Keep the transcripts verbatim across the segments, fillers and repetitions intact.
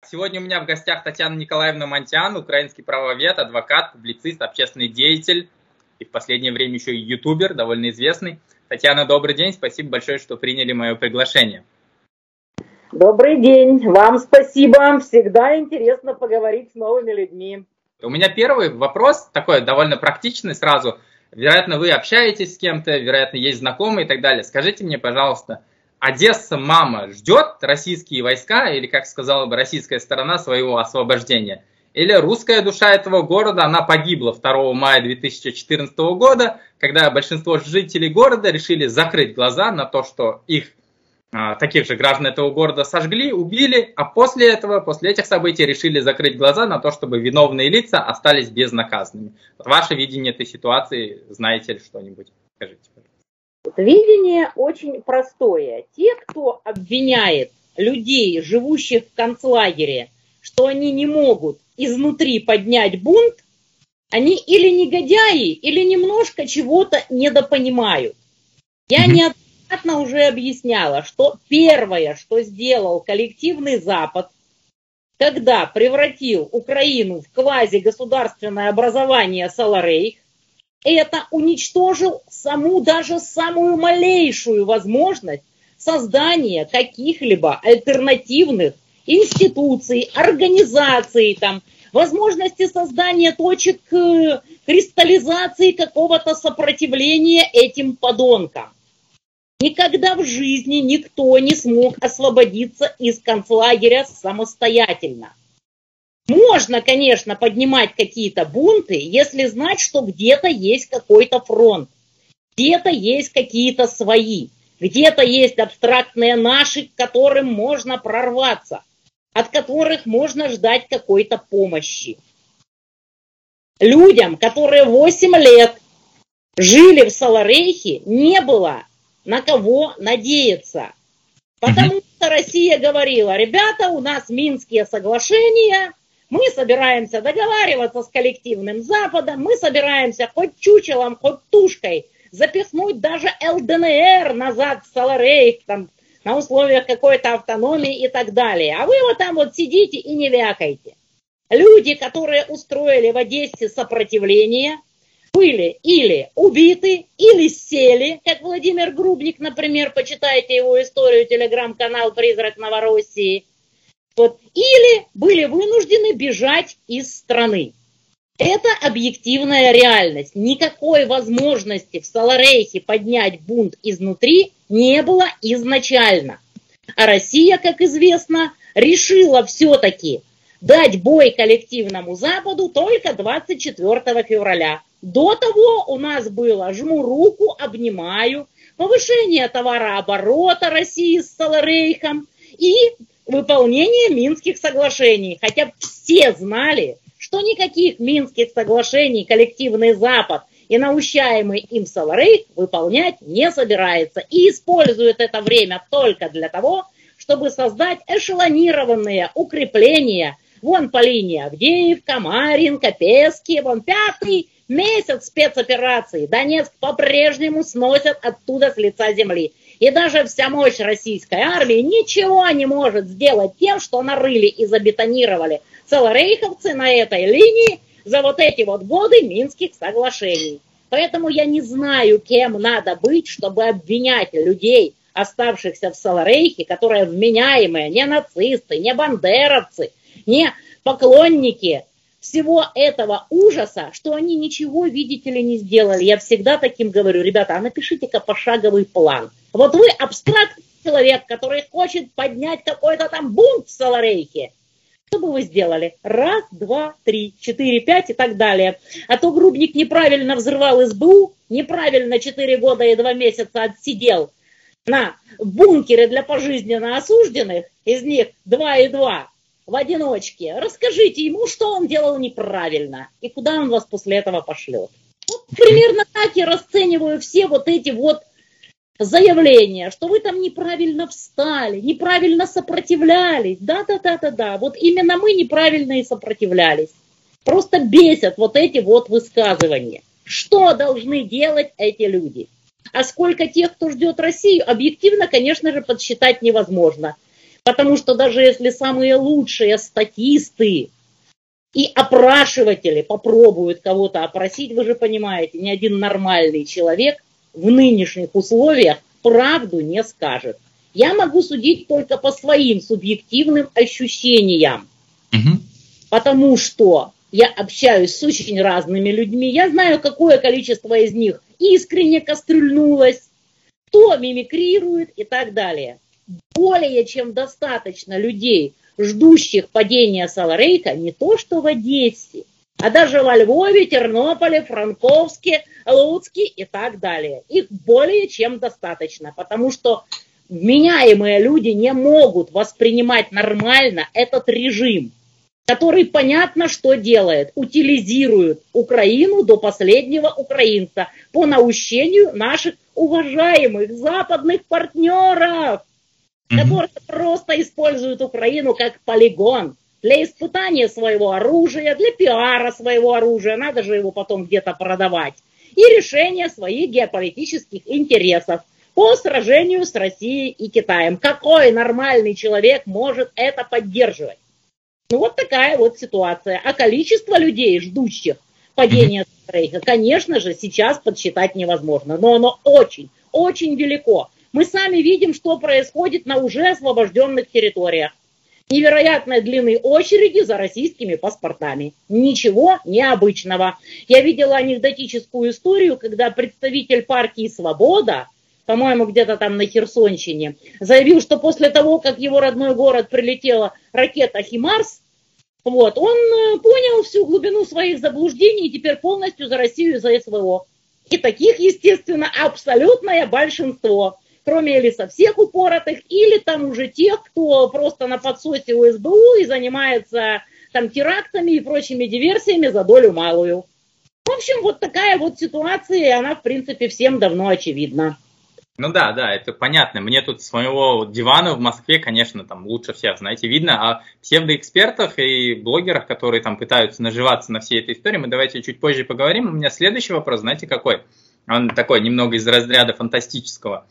Сегодня у меня в гостях Татьяна Николаевна Монтян, украинский правовед, адвокат, публицист, общественный деятель и в последнее время еще и ютубер, довольно известный. Татьяна, добрый день, спасибо большое, что приняли мое приглашение. Добрый день, вам спасибо, всегда интересно поговорить с новыми людьми. У меня первый вопрос, такой довольно практичный сразу. Вероятно, вы общаетесь с кем-то, вероятно, есть знакомые и так далее. Скажите мне, пожалуйста, Одесса, мама, ждет российские войска или, как сказала бы российская сторона, своего освобождения? Или русская душа этого города, она погибла второго мая две тысячи четырнадцатого года, когда большинство жителей города решили закрыть глаза на то, что их, таких же граждан этого города, сожгли, убили, а после этого, после этих событий решили закрыть глаза на то, чтобы виновные лица остались безнаказанными. Вот ваше видение этой ситуации, знаете ли что-нибудь? Скажите, пожалуйста. Видение очень простое. Те, кто обвиняет людей, живущих в концлагере, что они не могут изнутри поднять бунт, они или негодяи, или немножко чего-то недопонимают. Я неоднократно уже объясняла, что первое, что сделал коллективный Запад, когда превратил Украину в квазигосударственное образование Саларейх, это уничтожил саму, даже самую малейшую возможность создания каких-либо альтернативных институций, организаций, там, возможности создания точек кристаллизации какого-то сопротивления этим подонкам. Никогда в жизни никто не смог освободиться из концлагеря самостоятельно. Можно, конечно, поднимать какие-то бунты, если знать, что где-то есть какой-то фронт, где-то есть какие-то свои, где-то есть абстрактные наши, к которым можно прорваться, от которых можно ждать какой-то помощи. Людям, которые восемь лет жили в Саларейхе, не было на кого надеяться. Потому что Россия говорила: ребята, у нас Минские соглашения, мы собираемся договариваться с коллективным Западом, мы собираемся хоть чучелом, хоть тушкой запихнуть даже эл дэ эн эр назад в Саларейх, там, на условиях какой-то автономии и так далее. А вы вот там вот сидите и не вякайте. Люди, которые устроили в Одессе сопротивление, были или убиты, или сели, как Владимир Грубник, например, почитайте его историю, телеграм-канал «Призрак Новороссии». Вот. Или были вынуждены бежать из страны. Это объективная реальность. Никакой возможности в Саларейхе поднять бунт изнутри не было изначально. А Россия, как известно, решила все-таки дать бой коллективному Западу только двадцать четвёртого февраля. До того у нас было «жму руку, обнимаю», повышение товарооборота России с Саларейхом и выполнение Минских соглашений. Хотя все знали, что никаких Минских соглашений коллективный Запад и наущаемый им Саларейх выполнять не собирается. И использует это время только для того, чтобы создать эшелонированные укрепления вон по линии Авдеевка, Марьинка, Пески, вон пятый месяц спецоперации. Донецк по-прежнему сносят оттуда с лица земли. И даже вся мощь российской армии ничего не может сделать тем, что нарыли и забетонировали саларейховцы на этой линии за вот эти вот годы Минских соглашений. Поэтому я не знаю, кем надо быть, чтобы обвинять людей, оставшихся в Саларейхе, которые вменяемые, не нацисты, не бандеровцы, не поклонники всего этого ужаса, что они ничего, видите ли, не сделали. Я всегда таким говорю: ребята, а напишите-ка пошаговый план. Вот вы абстрактный человек, который хочет поднять какой-то там бунт в Саларейхе. Что бы вы сделали? Раз, два, три, четыре, пять и так далее. А то Грубник неправильно взрывал эс бэ у, неправильно четыре года и два месяца отсидел на бункере для пожизненно осужденных, из них два и два в одиночке. Расскажите ему, что он делал неправильно и куда он вас после этого пошлет. Вот примерно так я расцениваю все вот эти вот заявления, что вы там неправильно встали, неправильно сопротивлялись. Да-да-да-да-да. Вот именно мы неправильно и сопротивлялись. Просто бесят вот эти вот высказывания. Что должны делать эти люди? А сколько тех, кто ждет Россию, объективно, конечно же, подсчитать невозможно. Потому что даже если самые лучшие статисты и опрашиватели попробуют кого-то опросить, вы же понимаете, ни один нормальный человек в нынешних условиях правду не скажет. Я могу судить только по своим субъективным ощущениям. Угу. Потому что я общаюсь с очень разными людьми. Я знаю, какое количество из них искренне кастрюльнулось, кто мимикрирует и так далее. Более чем достаточно людей, ждущих падения Саларейха, не то что в Одессе, а даже во Львове, Тернополе, Франковске, Луцке и так далее. Их более чем достаточно, потому что вменяемые люди не могут воспринимать нормально этот режим, который понятно, что делает, утилизирует Украину до последнего украинца по наущению наших уважаемых западных партнеров, mm-hmm. которые просто используют Украину как полигон для испытания своего оружия, для пиара своего оружия, надо же его потом где-то продавать, и решения своих геополитических интересов по сражению с Россией и Китаем. Какой нормальный человек может это поддерживать? Ну вот такая вот ситуация. А количество людей, ждущих падения Рейха, конечно же, сейчас подсчитать невозможно. Но оно очень, очень велико. Мы сами видим, что происходит на уже освобожденных территориях. Невероятной длины очереди за российскими паспортами. Ничего необычного. Я видела анекдотическую историю, когда представитель партии «Свобода», по-моему, где-то там на Херсонщине, заявил, что после того, как его родной город прилетела ракета «Химарс», вот, он понял всю глубину своих заблуждений и теперь полностью за Россию и за СВО. И таких, естественно, абсолютное большинство. Кроме или со всех упоротых, или там уже тех, кто просто на подсосе у СБУ и занимается там терактами и прочими диверсиями за долю малую. В общем, вот такая вот ситуация, и она, в принципе, всем давно очевидна. Ну да, да, это понятно. Мне тут с моего дивана в Москве, конечно, там лучше всех, знаете, видно. О псевдоэкспертах и блогерах, которые там пытаются наживаться на всей этой истории, мы давайте чуть позже поговорим. У меня следующий вопрос, знаете, какой? Он такой немного из разряда фантастического.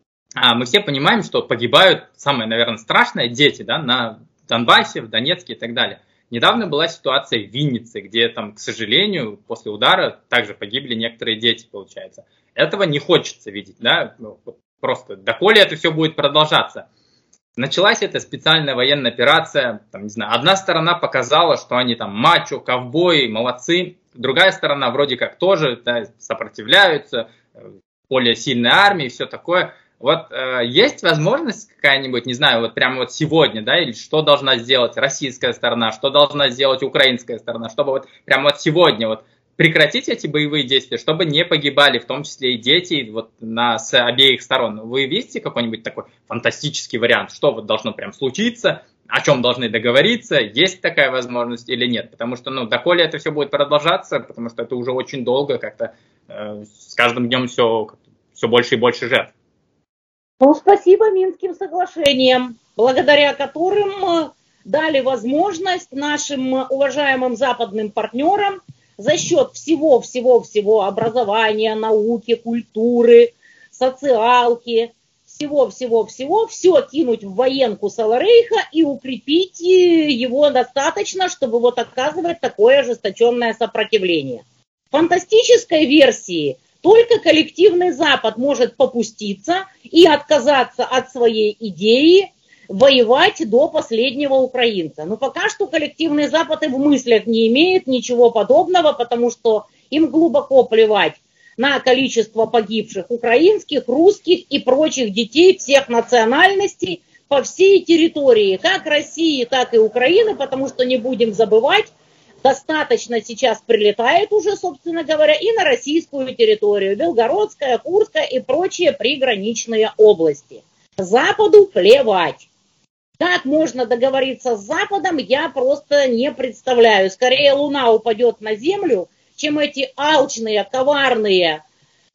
А мы все понимаем, что погибают, самое, наверное, страшное, дети, да, на Донбассе, в Донецке и так далее. Недавно была ситуация в Виннице, где там, к сожалению, после удара также погибли некоторые дети, получается. Этого не хочется видеть, да, просто доколе это все будет продолжаться. Началась эта специальная военная операция, там, не знаю, одна сторона показала, что они там мачо, ковбои, молодцы, другая сторона вроде как тоже, да, сопротивляются, более сильная армия и все такое. Вот э, есть возможность какая-нибудь, не знаю, вот прямо вот сегодня, да, или что должна сделать российская сторона, что должна сделать украинская сторона, чтобы вот прямо вот сегодня вот прекратить эти боевые действия, чтобы не погибали, в том числе и дети, вот на, с обеих сторон. Вы видите какой-нибудь такой фантастический вариант, что вот должно прям случиться, о чем должны договориться, есть такая возможность или нет? Потому что, ну, доколе это все будет продолжаться, потому что это уже очень долго, как-то э, с каждым днем все, все больше и больше жертв. Ну, спасибо Минским соглашениям, благодаря которым дали возможность нашим уважаемым западным партнерам за счет всего-всего-всего образования, науки, культуры, социалки, всего-всего-всего, все кинуть в военку Саларейха и укрепить его достаточно, чтобы вот оказывать такое ожесточенное сопротивление. В фантастической версии только коллективный Запад может попуститься и отказаться от своей идеи воевать до последнего украинца. Но пока что коллективный Запад и в мыслях не имеет ничего подобного, потому что им глубоко плевать на количество погибших украинских, русских и прочих детей всех национальностей по всей территории, как России, так и Украины, потому что не будем забывать, достаточно сейчас прилетает уже, собственно говоря, и на российскую территорию, Белгородская, Курская и прочие приграничные области. Западу плевать. Как можно договориться с Западом, я просто не представляю. Скорее Луна упадет на Землю, чем эти алчные, коварные,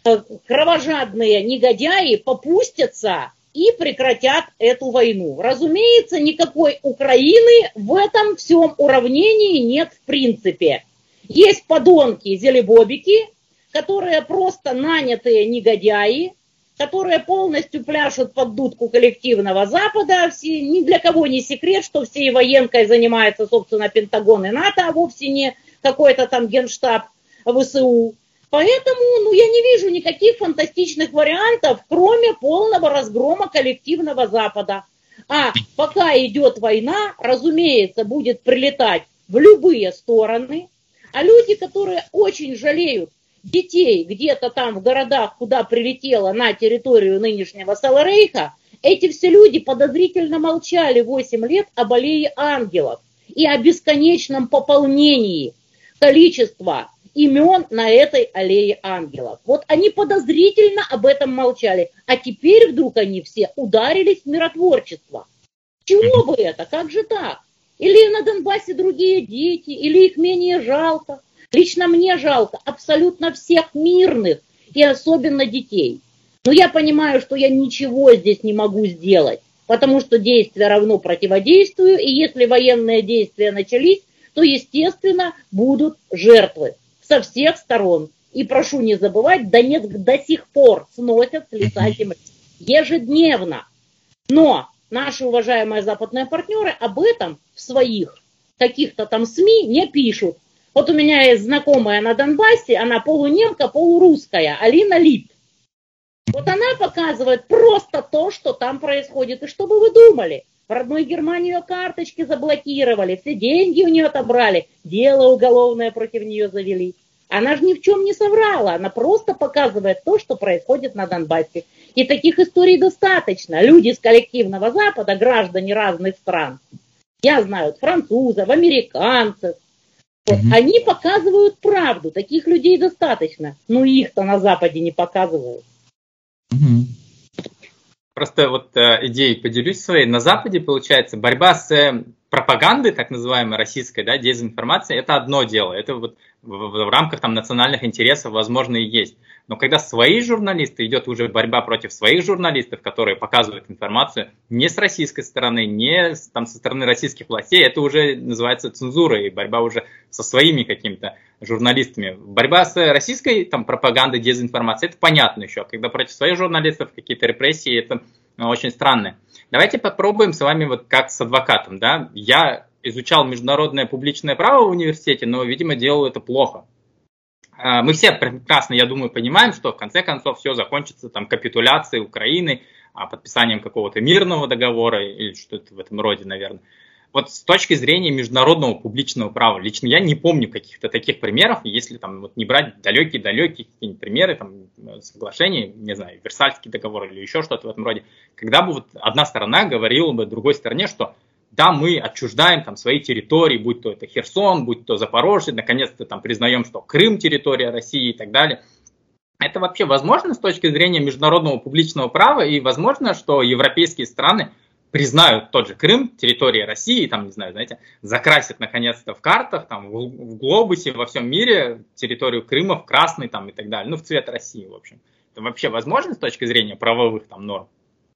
кровожадные негодяи попустятся и прекратят эту войну. Разумеется, никакой Украины в этом всем уравнении нет в принципе. Есть подонки-зелебобики, которые просто нанятые негодяи, которые полностью пляшут под дудку коллективного Запада. Все, ни для кого не секрет, что всей военкой занимается, собственно, Пентагон и НАТО, а вовсе не какой-то там генштаб ВСУ. Поэтому ну, я не вижу никаких фантастичных вариантов, кроме полного разгрома коллективного Запада. А пока идет война, разумеется, будет прилетать в любые стороны. А люди, которые очень жалеют детей где-то там в городах, куда прилетело на территорию нынешнего Саларейха, эти все люди подозрительно молчали восемь лет об аллее ангелов и о бесконечном пополнении количества имен на этой аллее ангелов. Вот они подозрительно об этом молчали, а теперь вдруг они все ударились в миротворчество. Чего бы это? Как же так? Или на Донбассе другие дети, или их менее жалко? Лично мне жалко абсолютно всех мирных и особенно детей. Но я понимаю, что я ничего здесь не могу сделать, потому что действие равно противодействию, и если военные действия начались, то, естественно, будут жертвы со всех сторон. И прошу не забывать, Донецк до сих пор сносят с лица земли ежедневно. Но наши уважаемые западные партнеры об этом в своих каких-то там СМИ не пишут. Вот у меня есть знакомая на Донбассе, она полунемка, полурусская, Алина Лип. Вот она показывает просто то, что там происходит. И что бы вы думали? В родной Германии ее карточки заблокировали, все деньги у нее отобрали, дело уголовное против нее завели. Она же ни в чем не соврала, она просто показывает то, что происходит на Донбассе. И таких историй достаточно. Люди из коллективного Запада, граждане разных стран, я знаю, французов, американцев, вот, mm-hmm. они показывают правду, таких людей достаточно, но их-то на Западе не показывают. Mm-hmm. Просто вот э, идеей поделюсь своей. На Западе, получается, борьба с э, пропагандой, так называемой российской, да, дезинформацией, это одно дело. Это вот в, в, в рамках там национальных интересов, возможно, и есть. Но когда свои журналисты, идет уже борьба против своих журналистов, которые показывают информацию не с российской стороны, не там, со стороны российских властей, это уже называется цензура и борьба уже со своими какими-то журналистами. Борьба с российской там, пропагандой, дезинформацией, это понятно еще. Когда против своих журналистов какие-то репрессии, это ну, очень странно. Давайте попробуем с вами вот как с адвокатом. Да? Я изучал международное публичное право в университете, но, видимо, делал это плохо. Мы все прекрасно, я думаю, понимаем, что в конце концов все закончится там, капитуляцией Украины, подписанием какого-то мирного договора или что-то в этом роде, наверное. Вот с точки зрения международного публичного права, лично я не помню каких-то таких примеров, если там вот не брать далекие-далекие какие-нибудь примеры, там, соглашений, не знаю, Версальский договор или еще что-то в этом роде, когда бы вот одна сторона говорила бы другой стороне, что да, мы отчуждаем там свои территории, будь то это Херсон, будь то Запорожье, наконец-то там признаем, что Крым территория России и так далее. Это вообще возможно с точки зрения международного публичного права, и возможно, что европейские страны признают тот же Крым территорией России, и там, не знаю, знаете, закрасят наконец-то в картах, там, в, в глобусе во всем мире территорию Крыма в красный там, и так далее, ну, в цвет России, в общем. Это вообще возможно с точки зрения правовых там норм?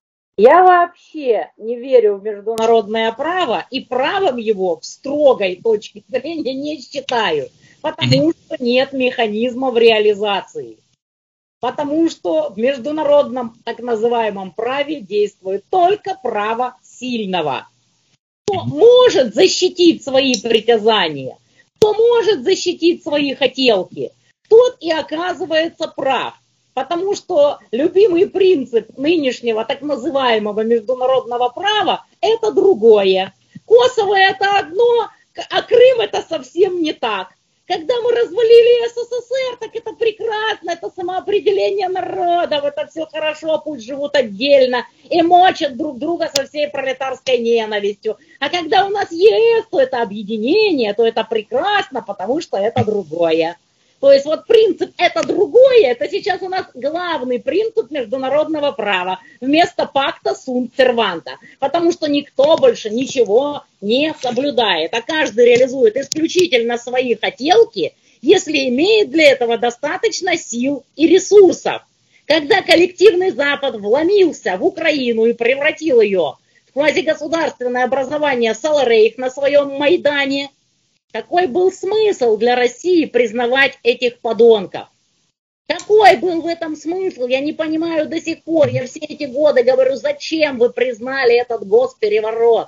Я вообще не верю в международное право и правом его в строгой точке зрения не считаю, потому что нет механизмов реализации. Потому что в международном так называемом праве действует только право сильного. Кто может защитить свои притязания, кто может защитить свои хотелки, тот и оказывается прав. Потому что любимый принцип нынешнего так называемого международного права – это другое. Косово – это одно, а Крым – это совсем не так. Когда мы развалили СССР, так это прекрасно, это самоопределение народов, это все хорошо, пусть живут отдельно и мочат друг друга со всей пролетарской ненавистью. А когда у нас ЕС, то это объединение, то это прекрасно, потому что это другое. То есть вот принцип «это другое» – это сейчас у нас главный принцип международного права вместо пакта сунт серванта, потому что никто больше ничего не соблюдает, а каждый реализует исключительно свои хотелки, если имеет для этого достаточно сил и ресурсов. Когда коллективный Запад вломился в Украину и превратил ее в квазигосударственное образование Саларейх на своем Майдане, какой был смысл для России признавать этих подонков? Какой какой был в этом смысл? Я не понимаю до сих пор. Я все эти годы говорю, зачем вы признали этот госпереворот?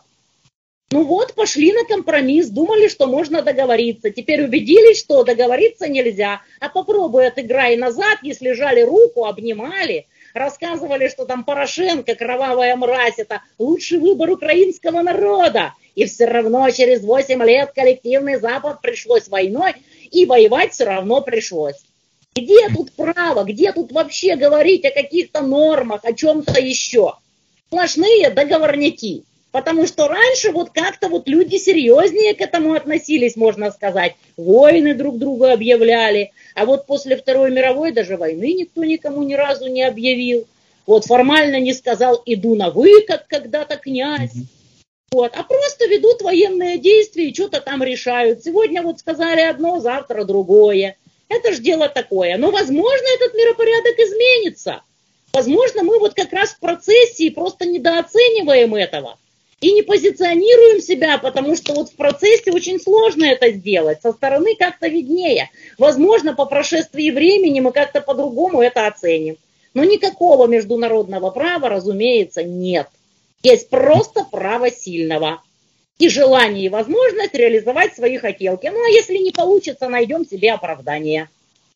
Ну вот, пошли на компромисс, думали, что можно договориться. Теперь убедились, что договориться нельзя. А попробуй отыграй назад, если жали руку, обнимали, рассказывали, что там Порошенко, кровавая мразь, это лучший выбор украинского народа. И все равно через восемь лет коллективный Запад пришлось войной, и воевать все равно пришлось. Где тут право, где тут вообще говорить о каких-то нормах, о чем-то еще? Сплошные договорняки. Потому что раньше вот как-то вот люди серьезнее к этому относились, можно сказать. Войны друг другу объявляли. А вот после Второй мировой даже войны никто никому ни разу не объявил. Вот формально не сказал «иду на вы», как когда-то князь. Вот. А просто ведут военные действия и что-то там решают. Сегодня вот сказали одно, завтра другое. Это ж дело такое. Но, возможно, этот миропорядок изменится. Возможно, мы вот как раз в процессе просто недооцениваем этого. И не позиционируем себя, потому что вот в процессе очень сложно это сделать. Со стороны как-то виднее. Возможно, по прошествии времени мы как-то по-другому это оценим. Но никакого международного права, разумеется, нет. Есть просто право сильного. И желание, и возможность реализовать свои хотелки. Ну, а если не получится, найдем себе оправдание.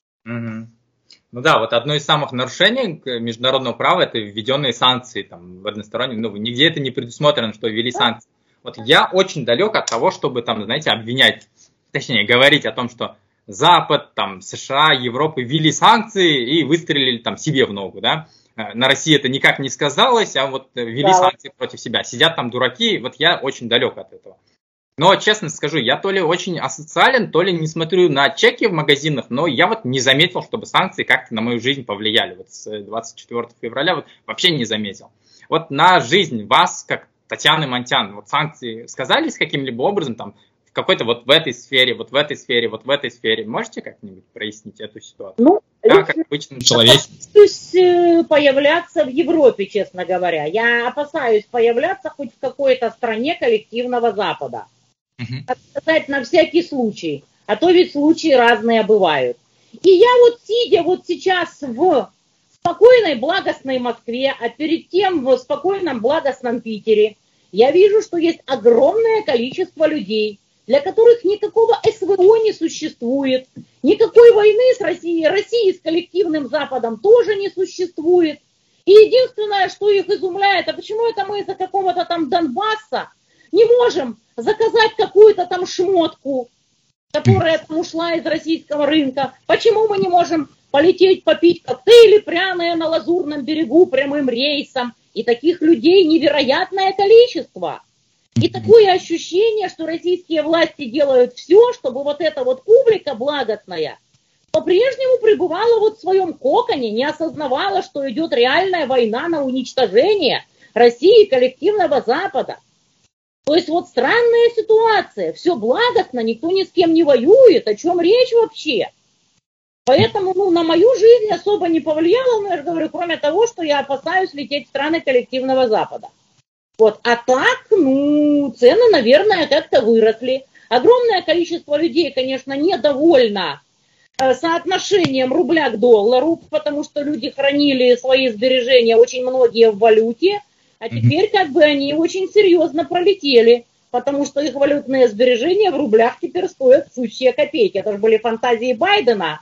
Угу. Ну да, вот одно из самых нарушений международного права — это введенные санкции там, в одностороннем. Ну, нигде это не предусмотрено, что ввели санкции. Вот я очень далек от того, чтобы там, знаете, обвинять, точнее, говорить о том, что Запад, там, США, Европа ввели санкции и выстрелили там себе в ногу, да. На России это никак не сказалось, а вот ввели да. санкции против себя. Сидят там дураки, вот я очень далек от этого. Но, честно скажу, я то ли очень асоциален, то ли не смотрю на чеки в магазинах, но я вот не заметил, чтобы санкции как-то на мою жизнь повлияли. Вот с двадцать четвёртого февраля вот вообще не заметил. Вот на жизнь вас, как Татьяны Монтян, вот санкции сказались каким-либо образом там в какой-то вот в этой сфере, вот в этой сфере, вот в этой сфере? Можете как-нибудь прояснить эту ситуацию? Ну, да, как обычный человек. Я появляться в Европе, честно говоря. Я опасаюсь появляться хоть в какой-то стране коллективного Запада. Uh-huh. Сказать на всякий случай, а то ведь случаи разные бывают. И я вот сидя вот сейчас в спокойной, благостной Москве, а перед тем в спокойном, благостном Питере, я вижу, что есть огромное количество людей, для которых никакого СВО не существует, никакой войны с Россией, России с коллективным Западом тоже не существует. И единственное, что их изумляет, а почему это мы из-за какого-то там Донбасса не можем заказать какую-то там шмотку, которая там ушла из российского рынка? Почему мы не можем полететь попить коктейли пряные на Лазурном берегу прямым рейсом? И таких людей невероятное количество. И такое ощущение, что российские власти делают все, чтобы вот эта вот публика благостная по-прежнему пребывала вот в своем коконе, не осознавала, что идет реальная война на уничтожение России и коллективного Запада. То есть вот странная ситуация, все благостно, никто ни с кем не воюет, о чем речь вообще. Поэтому ну, на мою жизнь особо не повлияло, но я же говорю, кроме того, что я опасаюсь лететь в страны коллективного Запада. Вот. А так, ну, цены, наверное, как-то выросли. Огромное количество людей, конечно, недовольно соотношением рубля к доллару, потому что люди хранили свои сбережения, очень многие в валюте. А теперь как бы они очень серьезно пролетели, потому что их валютные сбережения в рублях теперь стоят сущие копейки. Это же были фантазии Байдена,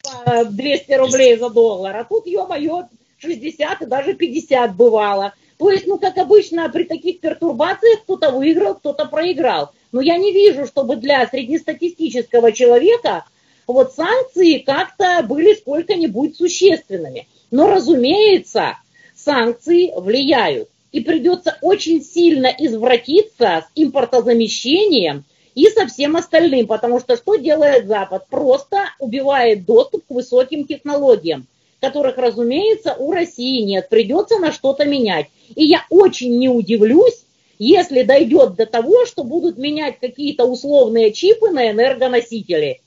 двести рублей за доллар, а тут, ё-моё, шестьдесят и даже пятьдесят бывало. То есть, ну, как обычно, при таких пертурбациях кто-то выиграл, кто-то проиграл. Но я не вижу, чтобы для среднестатистического человека вот санкции как-то были сколько-нибудь существенными. Но, разумеется, санкции влияют. И придется очень сильно извратиться с импортозамещением и со всем остальным. Потому что что делает Запад? Просто убивает доступ к высоким технологиям, которых, разумеется, у России нет. Придется на что-то менять. И я очень не удивлюсь, если дойдет до того, что будут менять какие-то условные чипы на энергоносители.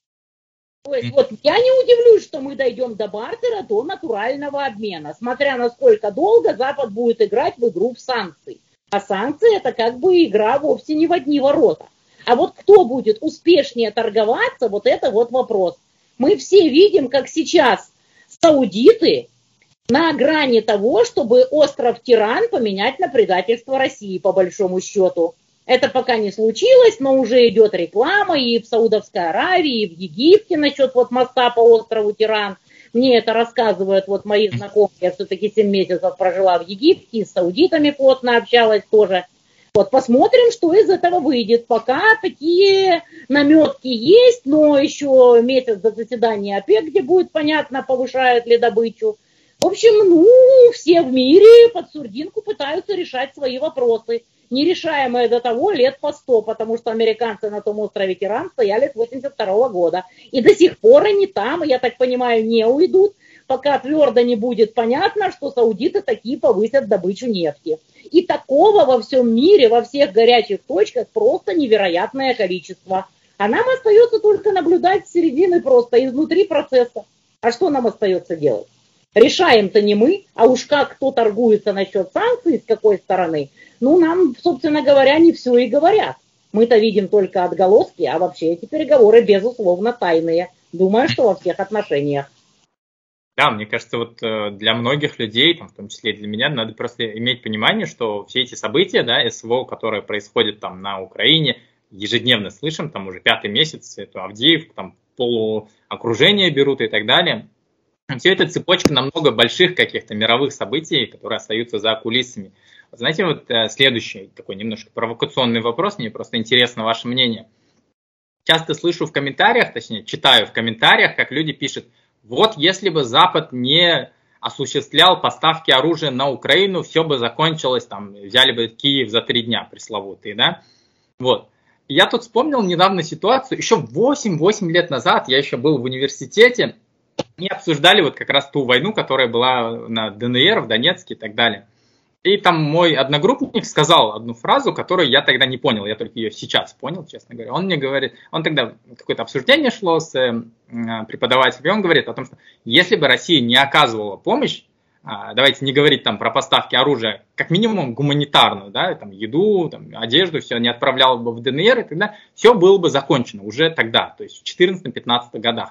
То есть вот я не удивлюсь, что мы дойдем до бартера, до натурального обмена, смотря насколько долго Запад будет играть в игру в санкции. А санкции это как бы игра вовсе не в одни ворота. А вот кто будет успешнее торговаться, вот это вот вопрос. Мы все видим, как сейчас Саудиты на грани того, чтобы остров Тиран поменять на предательство России, по большому счету. Это пока не случилось, но уже идет реклама и в Саудовской Аравии, и в Египте насчет вот моста по острову Тиран. Мне это рассказывают вот мои знакомые. Я все-таки семь месяцев прожила в Египте, и с саудитами плотно общалась тоже. Вот посмотрим, что из этого выйдет. Пока такие наметки есть, но еще месяц до заседания ОПЕК, где будет понятно, повышают ли добычу. В общем, ну, все в мире под сурдинку пытаются решать свои вопросы, нерешаемые до того лет по сто, потому что американцы на том острове Тиран стояли с восемьдесят второго года. И до сих пор они там, я так понимаю, не уйдут, пока твердо не будет понятно, что саудиты такие повысят добычу нефти. И такого во всем мире, во всех горячих точках просто невероятное количество. А нам остается только наблюдать с середины просто, изнутри процесса. А что нам остается делать? Решаем-то не мы, а уж как кто торгуется насчет санкций, с какой стороны, ну, нам, собственно говоря, не все и говорят. Мы-то видим только отголоски, а вообще эти переговоры, безусловно, тайные. Думаю, что во всех отношениях. Да, мне кажется, вот для многих людей, там, в том числе и для меня, надо просто иметь понимание, что все эти события, да, СВО, которые происходят там на Украине, ежедневно слышим, там уже пятый месяц, это Авдеевку, там полуокружение берут и так далее. Все это цепочка намного больших каких-то мировых событий, которые остаются за кулисами. Знаете, вот следующий такой немножко провокационный вопрос, мне просто интересно ваше мнение. Часто слышу в комментариях, точнее читаю в комментариях, как люди пишут, вот если бы Запад не осуществлял поставки оружия на Украину, все бы закончилось, там, взяли бы Киев за три дня пресловутые, да? Вот. Я тут вспомнил недавно ситуацию, еще восемь-восемь лет назад, я еще был в университете, и обсуждали вот как раз ту войну, которая была на ДНР, в Донецке и так далее. И там мой одногруппник сказал одну фразу, которую я тогда не понял, я только ее сейчас понял, честно говоря. Он мне говорит, он тогда какое-то обсуждение шло с э, преподавателем, и он говорит о том, что если бы Россия не оказывала помощь, э, давайте не говорить там про поставки оружия, как минимум гуманитарную, да, там еду, там, одежду, все, не отправляла бы в ДНР, и тогда все было бы закончено уже тогда, то есть в четырнадцатом-пятнадцатом годах.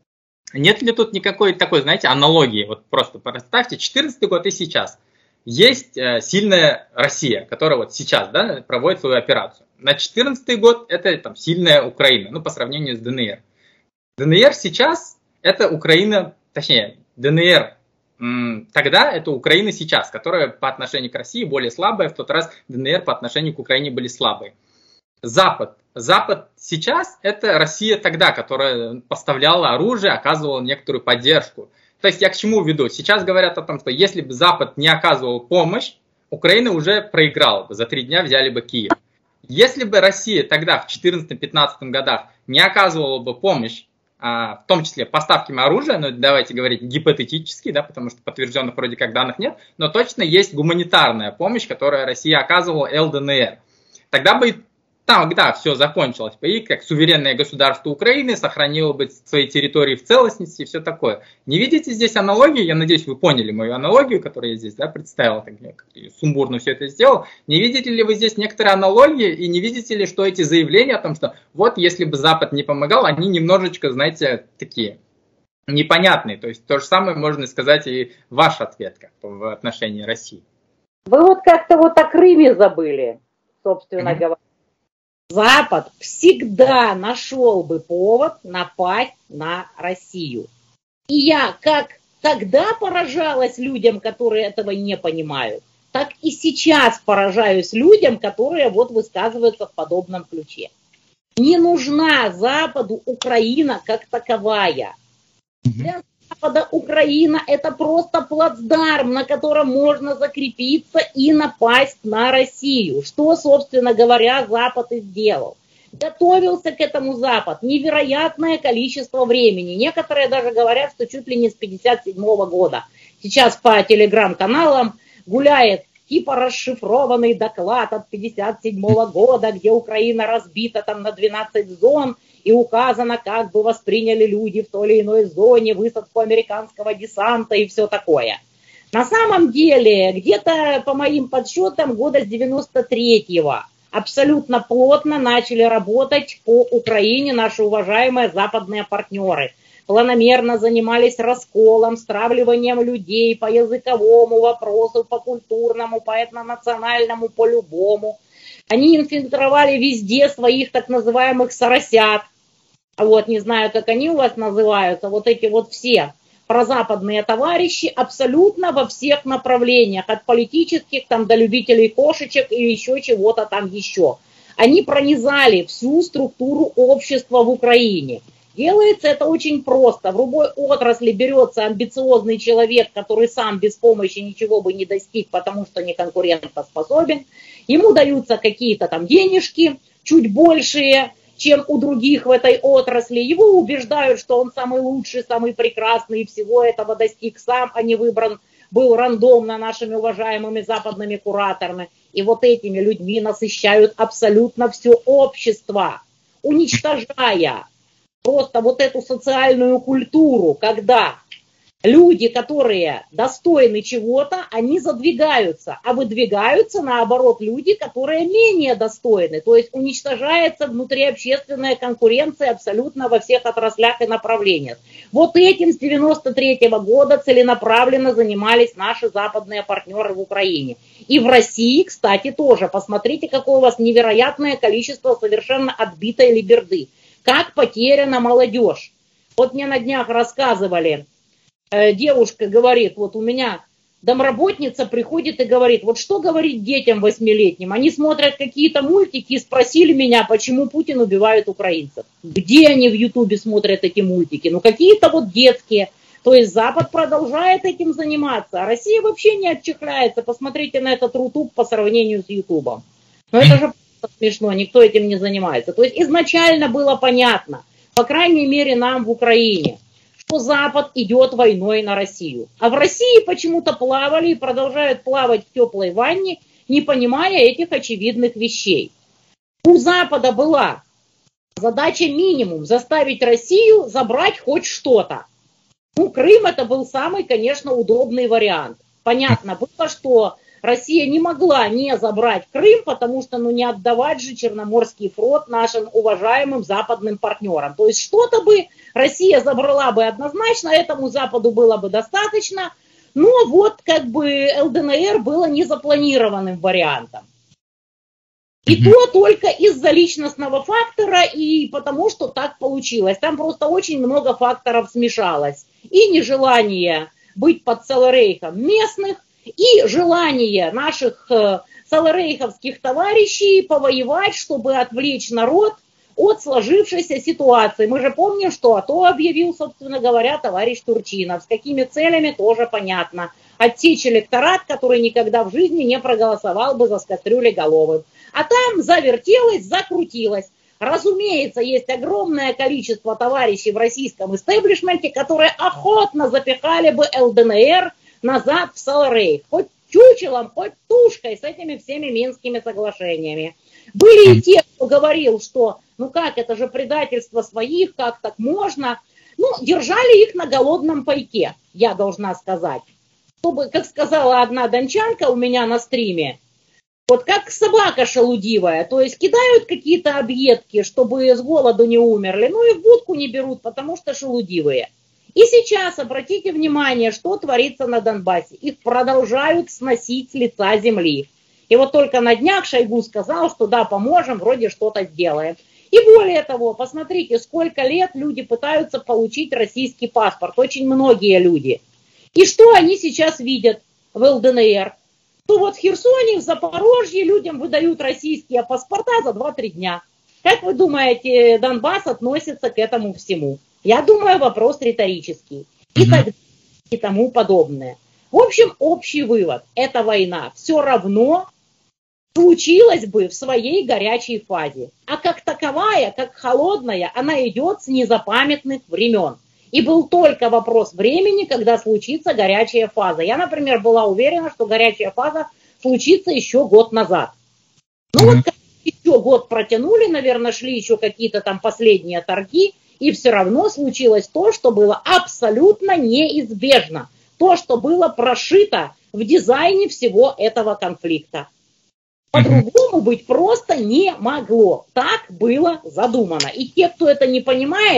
Нет ли тут никакой такой, знаете, аналогии? Вот просто представьте, четырнадцатый год и сейчас. Есть э, сильная Россия, которая вот сейчас, да, проводит свою операцию. На четырнадцатый год это там сильная Украина, ну, по сравнению с ДНР. ДНР сейчас это Украина, точнее, ДНР м, тогда это Украина сейчас, которая по отношению к России более слабая, в тот раз ДНР по отношению к Украине были слабые. Запад. Запад сейчас это Россия тогда, которая поставляла оружие, оказывала некоторую поддержку. То есть я к чему веду? Сейчас говорят о том, что если бы Запад не оказывал помощь, Украина уже проиграла бы, за три дня взяли бы Киев. Если бы Россия тогда в четырнадцатом-пятнадцатом годах не оказывала бы помощь, в том числе поставками оружия, ну давайте говорить гипотетически, да, потому что подтвержденных вроде как данных нет, но точно есть гуманитарная помощь, которую Россия оказывала ЛДНР. Тогда бы там, да, все закончилось бы, и как суверенное государство Украины сохранило бы свои территории в целостности и все такое. Не видите здесь аналогии? Я надеюсь, вы поняли мою аналогию, которую я здесь, да, представил, так, сумбурно все это сделал. Не видите ли вы здесь некоторые аналогии, и не видите ли, что эти заявления о том, что вот если бы Запад не помогал, они немножечко, знаете, такие непонятные. То есть то же самое можно сказать и ваш ответ как в отношении России. Вы вот как-то вот о Крыме забыли, собственно mm-hmm. говоря. Запад всегда нашел бы повод напасть на Россию. И я как тогда поражалась людям, которые этого не понимают, так и сейчас поражаюсь людям, которые вот высказываются в подобном ключе. Не нужна Западу Украина как таковая. Для Запада Украина это просто плацдарм, на котором можно закрепиться и напасть на Россию. Что, собственно говоря, Запад и сделал. Готовился к этому Запад невероятное количество времени. Некоторые даже говорят, что чуть ли не с пятьдесят седьмого года. Сейчас по телеграм-каналам гуляет типа расшифрованный доклад от пятьдесят седьмого года, где Украина разбита там на двенадцать зон, и указано, как бы восприняли люди в той или иной зоне высадку американского десанта и все такое. На самом деле, где-то по моим подсчетам года с девяносто третьего абсолютно плотно начали работать по Украине наши уважаемые западные партнеры. планомерно занимались расколом, стравливанием людей по языковому вопросу, по культурному, по этнонациональному, по любому. Они инфильтровали везде своих так называемых соросят. Вот, не знаю, как они у вас называются, вот эти вот все прозападные товарищи абсолютно во всех направлениях, от политических там до любителей кошечек и еще чего-то там еще. Они пронизали всю структуру общества в Украине. Делается это очень просто. В любой отрасли берется амбициозный человек, который сам без помощи ничего бы не достиг, потому что не конкурентоспособен. Ему даются какие-то там денежки, чуть большие, чем у других в этой отрасли. Его убеждают, что он самый лучший, самый прекрасный, и всего этого достиг сам, а не выбран был рандомно нашими уважаемыми западными кураторами. И вот этими людьми насыщают абсолютно все общество, уничтожая просто вот эту социальную культуру, когда люди, которые достойны чего-то, они задвигаются, а выдвигаются, наоборот, люди, которые менее достойны. То есть уничтожается внутриобщественная конкуренция абсолютно во всех отраслях и направлениях. Вот этим с девяносто третьего года целенаправленно занимались наши западные партнеры в Украине. И в России, кстати, тоже. Посмотрите, какое у вас невероятное количество совершенно отбитой либерды. Как потеряна молодежь. Вот мне на днях рассказывали, девушка говорит, вот у меня домработница приходит и говорит, вот что говорить детям восьмилетним? Они смотрят какие-то мультики и спросили меня, почему Путин убивает украинцев. Где они в Ютубе смотрят эти мультики? Ну какие-то вот детские. То есть Запад продолжает этим заниматься, а Россия вообще не отчихляется. Посмотрите на этот Рутуб по сравнению с Ютубом. Но это же смешно, никто этим не занимается. То есть изначально было понятно, по крайней мере нам в Украине, что Запад идет войной на Россию. А в России почему-то плавали и продолжают плавать в теплой ванне, не понимая этих очевидных вещей. У Запада была задача минимум заставить Россию забрать хоть что-то. Ну, Крым это был самый, конечно, удобный вариант. Понятно было, что Россия не могла не забрать Крым, потому что ну, не отдавать же Черноморский флот нашим уважаемым западным партнерам. То есть что-то бы Россия забрала бы однозначно, этому Западу было бы достаточно, но вот как бы ЛДНР было незапланированным вариантом. И mm-hmm. то только из-за личностного фактора и потому, что так получилось. Там просто очень много факторов смешалось. И нежелание быть под Саларейхом местных, и желание наших э, саларейховских товарищей повоевать, чтобы отвлечь народ от сложившейся ситуации. Мы же помним, что АТО объявил, собственно говоря, товарищ Турчинов. С какими целями, тоже понятно. Отсечь электорат, который никогда в жизни не проголосовал бы за Скастрюлеголовым. А там завертелось, закрутилось. Разумеется, есть огромное количество товарищей в российском истеблишменте, которые охотно запихали бы ЛДНР назад в Саларейх. Хоть чучелом, хоть тушкой с этими всеми Минскими соглашениями. Были и те, кто говорил, что ну как, это же предательство своих, как так можно. Ну, держали их на голодном пайке, я должна сказать. Чтобы, как сказала одна дончанка у меня на стриме, вот как собака шелудивая, то есть кидают какие-то объедки, чтобы с голоду не умерли, ну и в будку не берут, потому что шелудивые. И сейчас обратите внимание, что творится на Донбассе. Их продолжают сносить с лица земли. И вот только на днях Шойгу сказал, что да, поможем, вроде что-то сделаем. И более того, посмотрите, сколько лет люди пытаются получить российский паспорт. Очень многие люди. И что они сейчас видят в ЛДНР? То вот в Херсоне, в Запорожье людям выдают российские паспорта за два-три дня. Как вы думаете, Донбасс относится к этому всему? Я думаю, вопрос риторический. И, mm-hmm. так, и тому подобное. В общем, общий вывод. Эта война все равно случилась бы в своей горячей фазе. А как таковая, как холодная, она идет с незапамятных времен. И был только вопрос времени, когда случится горячая фаза. Я, например, была уверена, что горячая фаза случится еще год назад. Ну mm-hmm. вот еще год протянули, наверное, шли еще какие-то там последние торги, и все равно случилось то, что было абсолютно неизбежно. То, что было прошито в дизайне всего этого конфликта. По-другому быть просто не могло. Так было задумано. И те, кто это не понимает,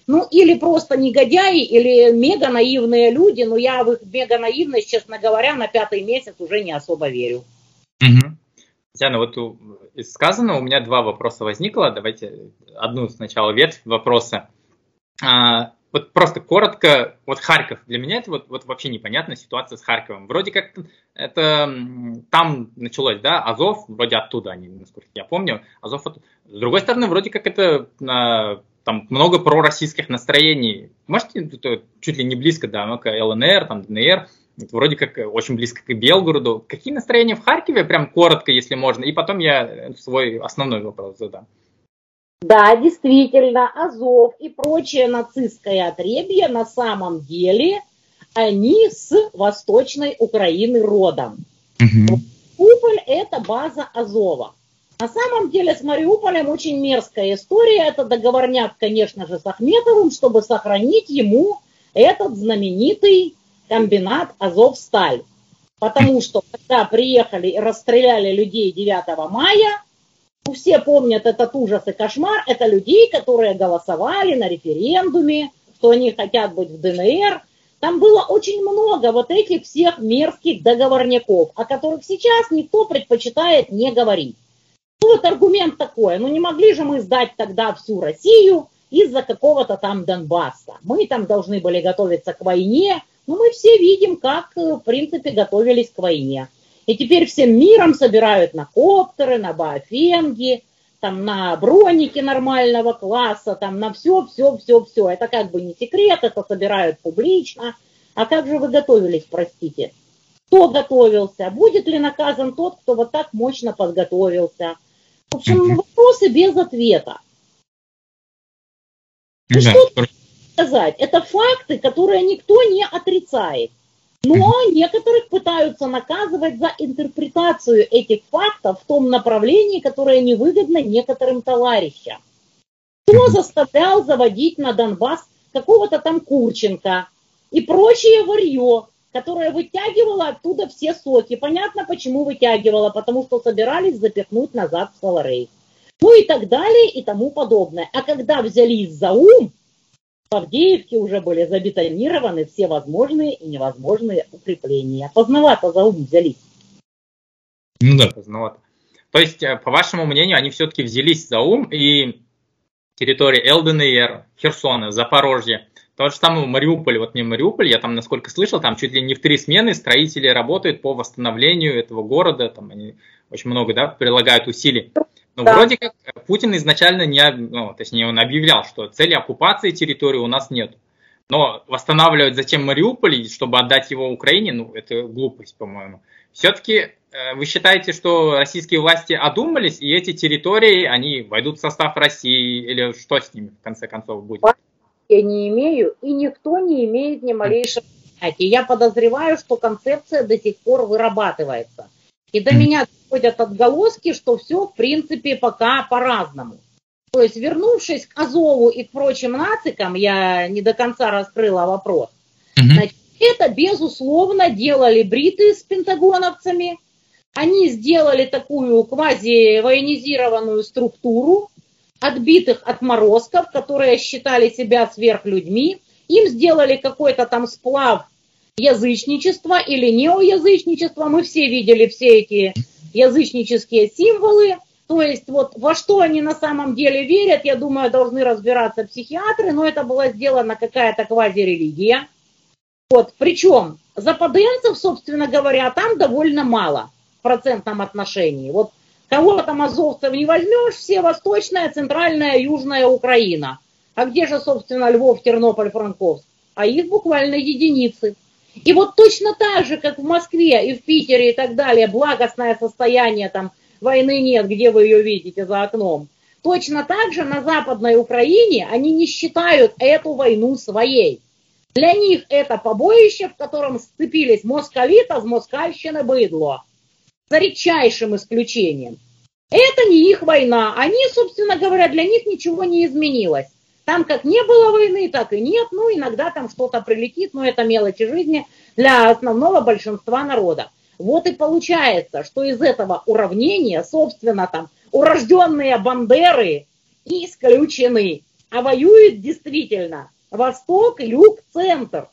ну или просто негодяи, или мега наивные люди, но я в их мега наивность, честно говоря, на пятый месяц уже не особо верю. Угу. Татьяна, вот из сказанного у меня два вопроса возникло. Давайте одну сначала ветвь вопроса. А, вот просто коротко, вот Харьков. Для меня это вот, вот вообще непонятная ситуация с Харьковом. Вроде как это там началось, да, Азов, вроде оттуда они, насколько я помню. Азов, с другой стороны, вроде как это там много пророссийских настроений. Можете, чуть ли не близко, да, к ЛНР, там, ДНР. Вроде как очень близко к Белгороду. Какие настроения в Харькове? Прям коротко, если можно. И потом я свой основной вопрос задам. Да, действительно, Азов и прочее нацистское отребье на самом деле они с Восточной Украины родом. Угу. Мариуполь – это база Азова. На самом деле с Мариуполем очень мерзкая история. Это договорняк, конечно же, с Ахметовым, чтобы сохранить ему этот знаменитый комбинат Азовсталь. Потому что, когда приехали и расстреляли людей девятого мая, ну, все помнят этот ужас и кошмар, это людей, которые голосовали на референдуме, что они хотят быть в ДНР. Там было очень много вот этих всех мерзких договорняков, о которых сейчас никто предпочитает не говорить. Ну вот аргумент такой, ну не могли же мы сдать тогда всю Россию из-за какого-то там Донбасса. Мы там должны были готовиться к войне. Но мы все видим, как, в принципе, готовились к войне. И теперь всем миром собирают на коптеры, на баофенги, там, на броники нормального класса, там, на все, все, все, все. Это как бы не секрет, это собирают публично. А как же вы готовились, простите? Кто готовился? Будет ли наказан тот, кто вот так мощно подготовился? В общем, вопросы без ответа. Ну, что сказать? Это факты, которые никто не отрицает. Но некоторых пытаются наказывать за интерпретацию этих фактов в том направлении, которое невыгодно некоторым товарищам. Кто заставлял заводить на Донбасс какого-то там Курченко и прочее варье, которое вытягивало оттуда все соки. Понятно, почему вытягивало, потому что собирались запихнуть назад в Саларей. Ну и так далее и тому подобное. А когда взялись за ум, в Авдеевке уже были забетонированы все возможные и невозможные укрепления. Поздновато за ум взялись. Ну да, поздновато. То есть, по вашему мнению, они все-таки взялись за ум, и территории ЛДНР, Херсона, Запорожье, то же самое в Мариуполе. Вот мне Мариуполь, я там, насколько слышал, там чуть ли не в три смены строители работают по восстановлению этого города. Там они очень много, да, прилагают усилий. Но да. Вроде как Путин изначально не, ну, точнее, он объявлял, что цели оккупации территории у нас нет. Но восстанавливать зачем Мариуполь, чтобы отдать его Украине, ну, это глупость, по-моему. Все-таки э, вы считаете, что российские власти одумались, и эти территории, они войдут в состав России, или что с ними, в конце концов, будет? Я не имею, и никто не имеет ни малейшего понятия. Я подозреваю, что концепция до сих пор вырабатывается. И до меня доходят отголоски, что все, в принципе, пока по-разному. То есть, вернувшись к Азову и к прочим нацикам, я не до конца раскрыла вопрос. Mm-hmm. Значит, это, безусловно, делали бриты с пентагоновцами. Они сделали такую квази-военизированную структуру отбитых отморозков, которые считали себя сверхлюдьми. Им сделали какой-то там сплав язычничества или неоязычничества. Мы все видели все эти язычнические символы. То есть вот во что они на самом деле верят, я думаю, должны разбираться психиатры, но это была сделана какая-то квазирелигия. Вот, причем западенцев, собственно говоря, там довольно мало в процентном отношении. Вот кого там азовцев не возьмешь, все восточная, центральная, южная Украина. А где же, собственно, Львов, Тернополь, Франковск? А их буквально единицы. И вот точно так же, как в Москве и в Питере и так далее, благостное состояние, там, войны нет, где вы ее видите за окном. Точно так же на Западной Украине они не считают эту войну своей. Для них это побоище, в котором сцепились московита с москальщины быдло. За редчайшим исключением. Это не их война. Они, собственно говоря, для них ничего не изменилось. Там как не было войны, так и нет. Ну, иногда там что-то прилетит, но это мелочи жизни для основного большинства народа. Вот и получается, что из этого уравнения, собственно, там урожденные бандеры исключены. а воюет действительно восток, юг, центр.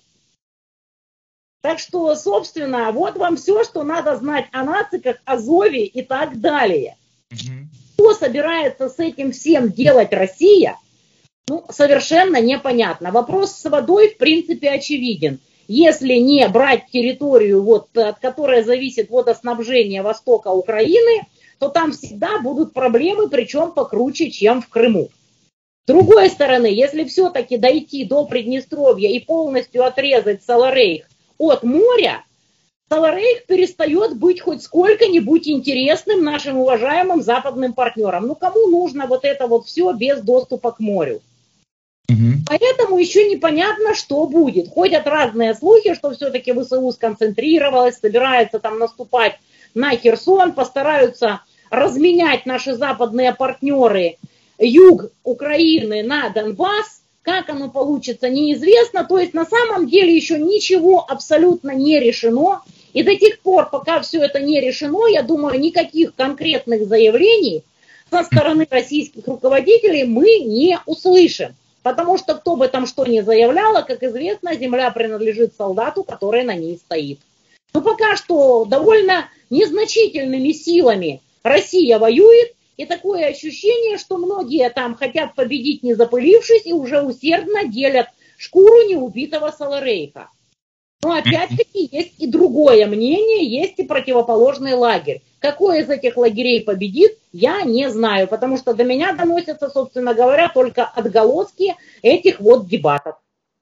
Так что, собственно, вот вам все, что надо знать о нациках, Азове и так далее. Mm-hmm. Что собирается с этим всем делать Россия, ну, совершенно непонятно. Вопрос с водой, в принципе, очевиден. Если не брать территорию, вот, от которой зависит водоснабжение востока Украины, то там всегда будут проблемы, причем покруче, чем в Крыму. С другой стороны, если все-таки дойти до Приднестровья и полностью отрезать Саларейх от моря, Саларейх перестает быть хоть сколько-нибудь интересным нашим уважаемым западным партнерам. Ну, кому нужно вот это вот все без доступа к морю? Угу. Поэтому еще непонятно, что будет. Ходят разные слухи, что все-таки ВСУ сконцентрировалось, собирается там наступать на Херсон, постараются разменять наши западные партнеры юг Украины на Донбасс. Как оно получится, неизвестно. То есть на самом деле еще ничего абсолютно не решено. И до тех пор, пока все это не решено, я думаю, никаких конкретных заявлений со стороны российских руководителей мы не услышим. Потому что кто бы там что ни заявлял, как известно, земля принадлежит солдату, который на ней стоит. Но пока что довольно незначительными силами Россия воюет, и такое ощущение, что многие там хотят победить, не запылившись, и уже усердно делят шкуру неубитого Саларейха. Но опять-таки есть и другое мнение, есть и противоположный лагерь. Какой из этих лагерей победит, я не знаю, потому что до меня доносятся, собственно говоря, только отголоски этих вот дебатов.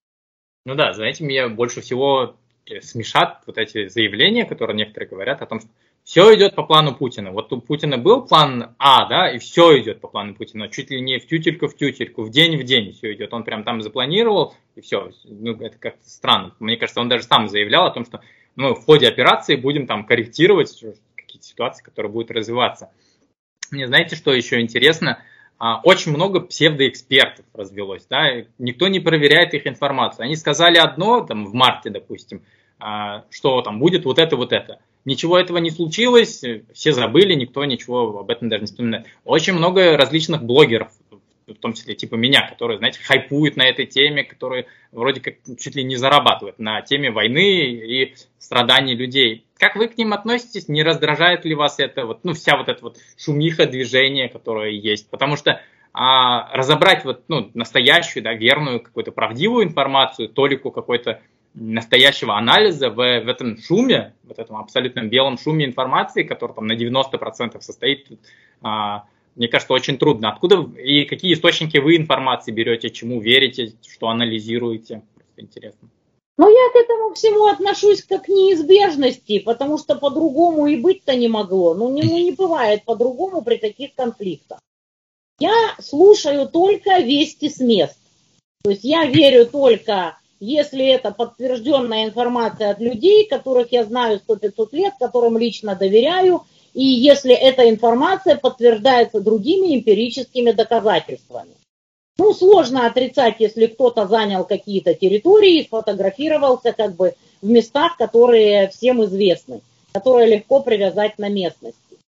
Ну да, знаете, меня больше всего смешат вот эти заявления, которые некоторые говорят о том, что все идет по плану Путина. Вот у Путина был план А, да, и все идет по плану Путина. Чуть ли не в тютельку в тютельку, в день в день все идет. Он прям там запланировал, и все. Ну, это как-то странно. Мне кажется, он даже сам заявлял о том, что ну, в ходе операции будем там корректировать какие-то ситуации, которые будут развиваться. Мне знаете, что еще интересно? Очень много псевдоэкспертов развелось, да, никто не проверяет их информацию. Они сказали одно, там, в марте, допустим, что там будет вот это, вот это. Ничего этого не случилось, все забыли, никто ничего об этом даже не вспоминает. Очень много различных блогеров, в том числе типа меня, которые, знаете, хайпуют на этой теме, которые вроде как чуть ли не зарабатывают на теме войны и страданий людей. Как вы к ним относитесь? Не раздражает ли вас это, вот, ну, вся вот эта вот шумиха движения, которая есть? Потому что а, разобрать вот, ну, настоящую, да, верную, какую-то правдивую информацию, толику какой-то настоящего анализа в, в этом шуме, вот этом абсолютном белом шуме информации, который там на девяносто процентов состоит, а, мне кажется, очень трудно. Откуда и какие источники вы информации берете, чему верите, что анализируете? Просто интересно. Ну, я к этому всему отношусь как к неизбежности, потому что по-другому и быть-то не могло. Ну, не, ну, не бывает по-другому при таких конфликтах. Я слушаю только вести с мест. То есть я верю только, если это подтвержденная информация от людей, которых я знаю сто-пятьсот лет, которым лично доверяю, и если эта информация подтверждается другими эмпирическими доказательствами. Ну, сложно отрицать, если кто-то занял какие-то территории и сфотографировался как бы в местах, которые всем известны, которые легко привязать на местности.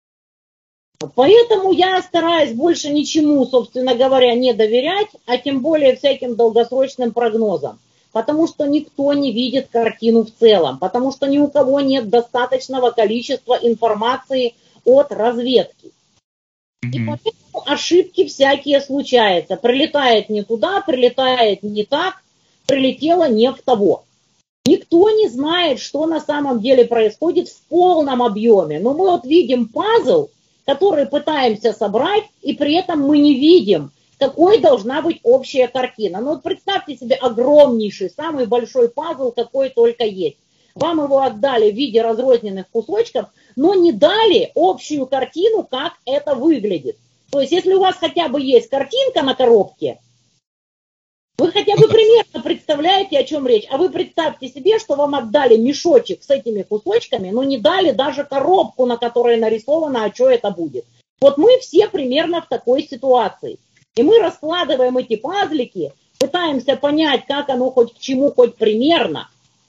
Поэтому я стараюсь больше ничему, собственно говоря, не доверять, а тем более всяким долгосрочным прогнозам. Потому что никто не видит картину в целом, потому что ни у кого нет достаточного количества информации от разведки. И поэтому ошибки всякие случаются. Прилетает не туда, прилетает не так, прилетело не в того. Никто не знает, что на самом деле происходит в полном объеме. Но мы вот видим пазл, который пытаемся собрать, и при этом мы не видим, какой должна быть общая картина. Ну вот представьте себе огромнейший, самый большой пазл, какой только есть. Вам его отдали в виде разрозненных кусочков, но не дали общую картину, как это выглядит. То есть, если у вас хотя бы есть картинка на коробке, вы хотя бы примерно представляете, о чем речь. А вы представьте себе, что вам отдали мешочек с этими кусочками, но не дали даже коробку, на которой нарисовано, а что это будет. Вот мы все примерно в такой ситуации. И мы раскладываем эти пазлики, пытаемся понять, как оно хоть к чему, хоть примерно.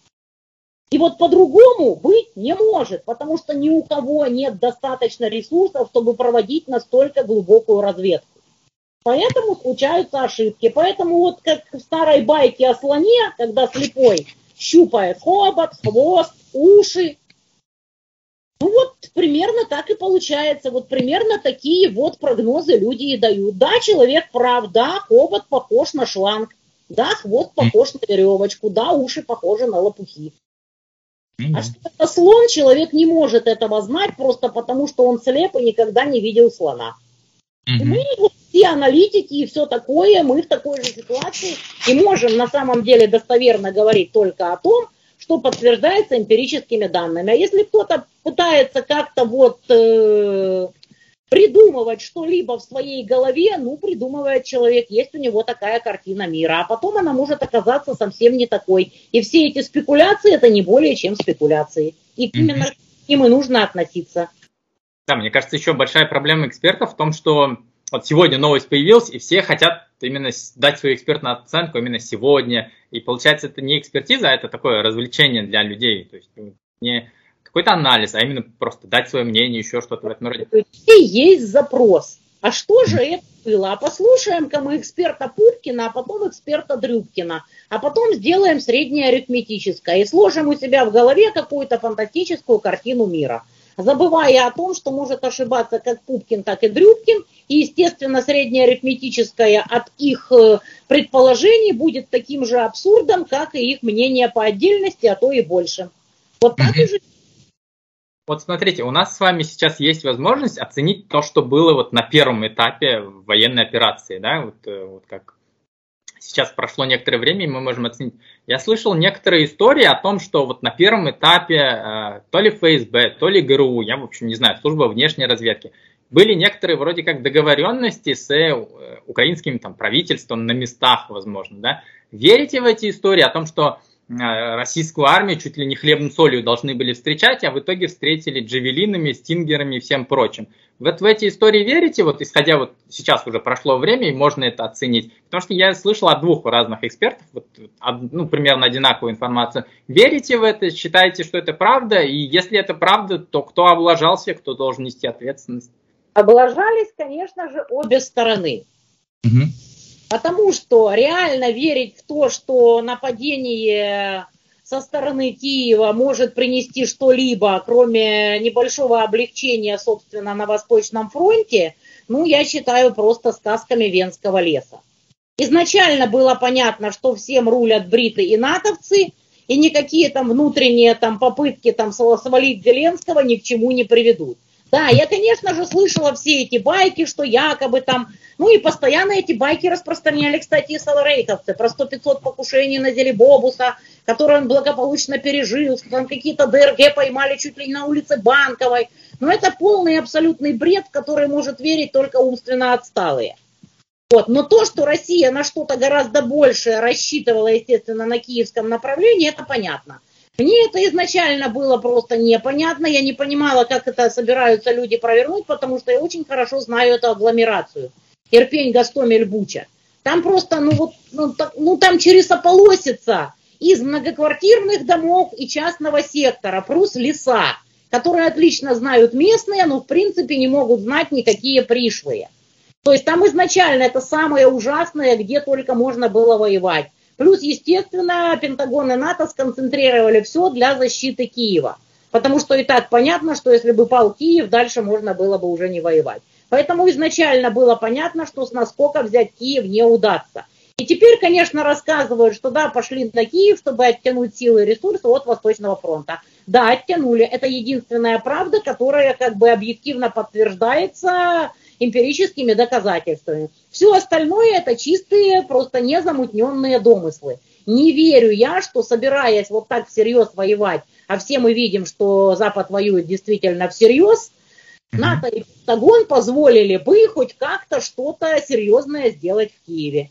И вот по-другому быть не может, потому что ни у кого нет достаточно ресурсов, чтобы проводить настолько глубокую разведку. Поэтому случаются ошибки. Поэтому вот как в старой байке о слоне, когда слепой щупает хобот, хвост, уши. Ну вот примерно так и получается. Вот примерно такие вот прогнозы люди и дают. Да, человек прав, да, хобот похож на шланг, да, хвост похож на веревочку, да, уши похожи на лопухи. Mm-hmm. А что это слон, человек не может этого знать просто потому, что он слеп и никогда не видел слона. Mm-hmm. И мы, вот, все аналитики и все такое, мы в такой же ситуации и можем на самом деле достоверно говорить только о том, что подтверждается эмпирическими данными. А если кто-то пытается как-то вот э, придумывать что-либо в своей голове, ну, придумывает человек, есть у него такая картина мира, а потом она может оказаться совсем не такой. И все эти спекуляции, это не более чем спекуляции. И именно к ним и нужно относиться. Да, мне кажется, еще большая проблема экспертов в том, что вот сегодня новость появилась, и все хотят именно дать свою экспертную оценку именно сегодня. И получается, это не экспертиза, а это такое развлечение для людей. То есть не какой-то анализ, а именно просто дать свое мнение, еще что-то в этом роде. И есть запрос. А что же это было? А послушаем-ка мы эксперта Пупкина, а потом эксперта Дрюбкина, а потом сделаем среднее арифметическое и сложим у себя в голове какую-то фантастическую картину мира, забывая о том, что может ошибаться как Пупкин, так и Дрюбкин, и, естественно, среднее арифметическое от их предположений будет таким же абсурдом, как и их мнение по отдельности, а то и больше. Вот так и же. Вот смотрите, у нас с вами сейчас есть возможность оценить то, что было вот на первом этапе военной операции, да, вот, вот как сейчас прошло некоторое время, и мы можем оценить. Я слышал некоторые истории о том, что вот на первом этапе э, то ли эф эс бэ, то ли гэ эр у, я, в общем, не знаю, служба внешней разведки, были некоторые вроде как договоренности с э, украинским там правительством на местах, возможно, да. Верите в эти истории о том, что российскую армию чуть ли не хлебом солью должны были встречать, а в итоге встретили джавелинами, стингерами и всем прочим. Вот в эти истории верите, вот исходя вот сейчас уже прошло время, и можно это оценить? Потому что я слышал от двух разных экспертов, вот, ну, примерно одинаковую информацию. Верите в это, считаете, что это правда? И если это правда, то кто облажался, кто должен нести ответственность? Облажались, конечно же, обе стороны. Угу. Потому что реально верить в то, что нападение со стороны Киева может принести что-либо, кроме небольшого облегчения, собственно, на Восточном фронте, ну, я считаю просто сказками Венского леса. Изначально было понятно, что всем рулят бриты и натовцы, и никакие там внутренние там, попытки там, свалить Зеленского ни к чему не приведут. Да, я, конечно же, слышала все эти байки, что якобы там, ну и постоянно эти байки распространяли, кстати, и саларейковцы, про сто-пятьсот покушений на Зелебобуса, которые он благополучно пережил, что там какие-то дэ эр гэ поймали чуть ли не на улице Банковой. Но это полный абсолютный бред, в который может верить только умственно отсталые. Вот. Но то, что Россия на что-то гораздо большее рассчитывала, естественно, на киевском направлении, это понятно. Мне это изначально было просто непонятно, я не понимала, как это собираются люди провернуть, потому что я очень хорошо знаю эту агломерацию. Ирпень, Гостомель, Буча. Там просто, ну вот, ну, так, ну там через ополосица из многоквартирных домов и частного сектора, плюс леса, которые отлично знают местные, но в принципе не могут знать никакие пришлые. То есть там изначально это самое ужасное, где только можно было воевать. Плюс, естественно, Пентагон и НАТО сконцентрировали все для защиты Киева. Потому что и так понятно, что если бы пал Киев, дальше можно было бы уже не воевать. Поэтому изначально было понятно, что с наскока взять Киев не удастся. И теперь, конечно, рассказывают, что да, пошли на Киев, чтобы оттянуть силы и ресурсы от Восточного фронта. Да, оттянули. Это единственная правда, которая как бы объективно подтверждается эмпирическими доказательствами. Все остальное это чистые, просто незамутненные домыслы. Не верю я, что собираясь вот так всерьез воевать, а все мы видим, что Запад воюет действительно всерьез, НАТО и Пентагон позволили бы хоть как-то что-то серьезное сделать в Киеве.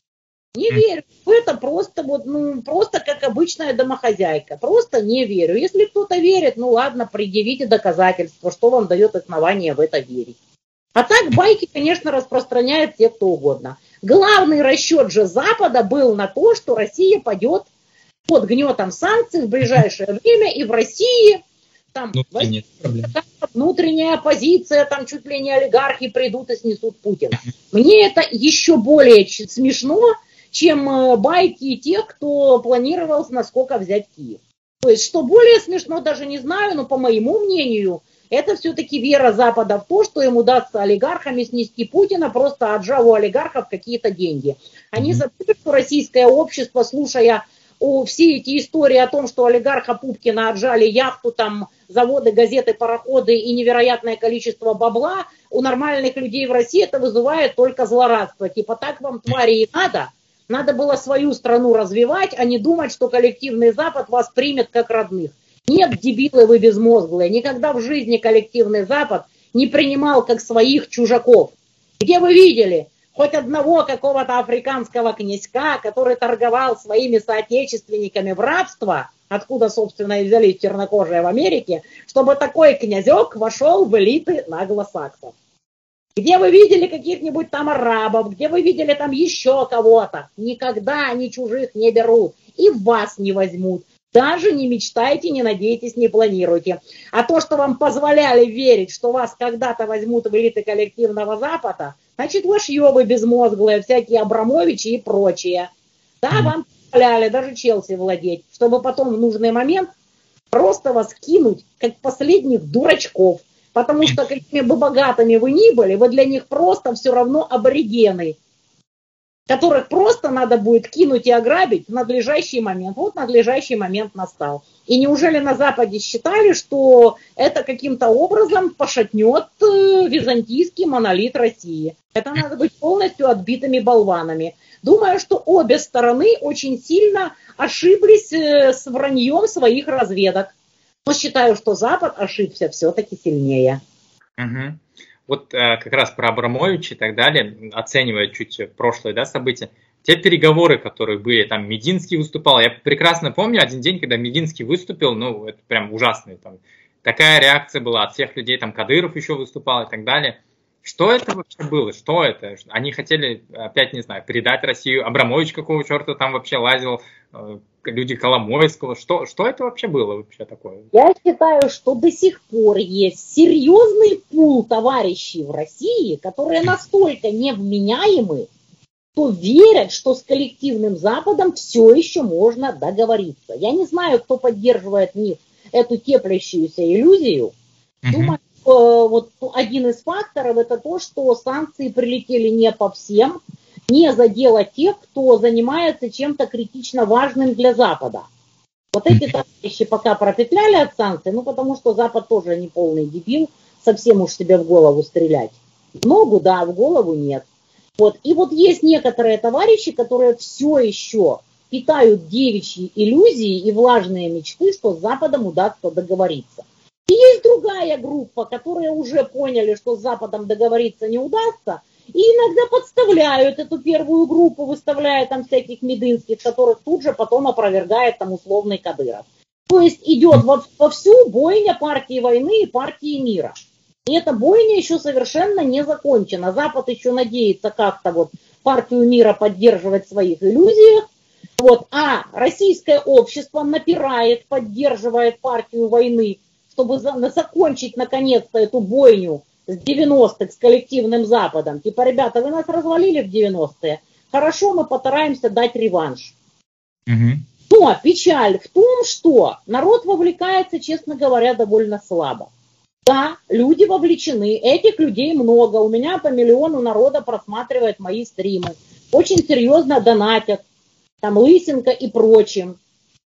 Не верю. Это просто, вот, ну, просто как обычная домохозяйка. Просто не верю. Если кто-то верит, ну ладно, предъявите доказательства, что вам дает основание в это верить. А так байки, конечно, распространяют все, кто угодно. Главный расчет же Запада был на то, что Россия падет под гнетом санкций в ближайшее время, и в России там ну, нет проблем. Внутренняя оппозиция, там чуть ли не олигархи придут и снесут Путина. Мне это еще более смешно, чем байки тех, кто планировал насколько взять Киев. То есть, что более смешно, даже не знаю, но по моему мнению, это все-таки вера Запада в то, что им удастся олигархами снести Путина, просто отжав у олигархов какие-то деньги. Они забыли, что российское общество, слушая о, все эти истории о том, что олигарха Пупкина отжали яхту, там, заводы, газеты, пароходы и невероятное количество бабла, у нормальных людей в России это вызывает только злорадство. Типа, так вам, твари, и надо. Надо было свою страну развивать, а не думать, что коллективный Запад вас примет как родных. Нет, дебилы вы безмозглые. Никогда в жизни коллективный Запад не принимал как своих чужаков. Где вы видели хоть одного какого-то африканского князька, который торговал своими соотечественниками в рабство, откуда, собственно, и взялись чернокожие в Америке, чтобы такой князек вошел в элиты англосаксов? Где вы видели каких-нибудь там арабов, где вы видели там еще кого-то? Никогда они чужих не берут и вас не возьмут. Даже не мечтайте, не надейтесь, не планируйте. А то, что вам позволяли верить, что вас когда-то возьмут в элиты коллективного Запада, значит, вошье вы безмозглые, всякие Абрамовичи и прочие. Да, вам позволяли даже Челси владеть, чтобы потом в нужный момент просто вас кинуть, как последних дурачков. Потому что какими бы богатыми вы ни были, вы для них просто все равно аборигены, которых просто надо будет кинуть и ограбить в надлежащий момент. Вот надлежащий момент настал. И неужели на Западе считали, что это каким-то образом пошатнет византийский монолит России? Это надо быть полностью отбитыми болванами. Думаю, что обе стороны очень сильно ошиблись с враньем своих разведок. Но считаю, что Запад ошибся все-таки сильнее. Угу. Вот э, как раз про Абрамовича и так далее, оценивая чуть прошлые, да, события, те переговоры, которые были, там Мединский выступал, я прекрасно помню один день, когда Мединский выступил, ну, это прям ужасный, там, такая реакция была от всех людей, там Кадыров еще выступал и так далее. Что это вообще было? Что это? Они хотели, опять не знаю, предать Россию. Абрамович какого черта там вообще лазил, люди Коломойского. Что, что это вообще было вообще такое? Я считаю, что до сих пор есть серьезный пул товарищей в России, которые настолько невменяемы, что верят, что с коллективным Западом все еще можно договориться. Я не знаю, кто поддерживает в них эту теплящуюся иллюзию. Думаю, вот один из факторов это то, что санкции прилетели не по всем, не за дело тех, кто занимается чем-то критично важным для Запада. Вот эти товарищи пока пропетляли от санкций, ну потому что Запад тоже не полный дебил, совсем уж себе в голову стрелять. В ногу, да, в голову нет. Вот. И вот есть некоторые товарищи, которые все еще питают девичьи иллюзии и влажные мечты, что с Западом удастся договориться. И есть другая группа, которые уже поняли, что с Западом договориться не удастся, и иногда подставляют эту первую группу, выставляя там всяких медынских, которых тут же потом опровергает там условный Кадыров. То есть идет вовсю бойня партии войны и партии мира. И эта бойня еще совершенно не закончена. Запад еще надеется как-то вот партию мира поддерживать в своих иллюзиях, вот, а российское общество напирает, поддерживает партию войны, чтобы закончить наконец-то эту бойню с девяностых, с коллективным Западом. Типа, ребята, вы нас развалили в девяностые, хорошо, мы постараемся дать реванш. Угу. Но печаль в том, что народ вовлекается, честно говоря, довольно слабо. Да, люди вовлечены, этих людей много, у меня по миллиону народа просматривает мои стримы, очень серьезно донатят, там Лысенко и прочим.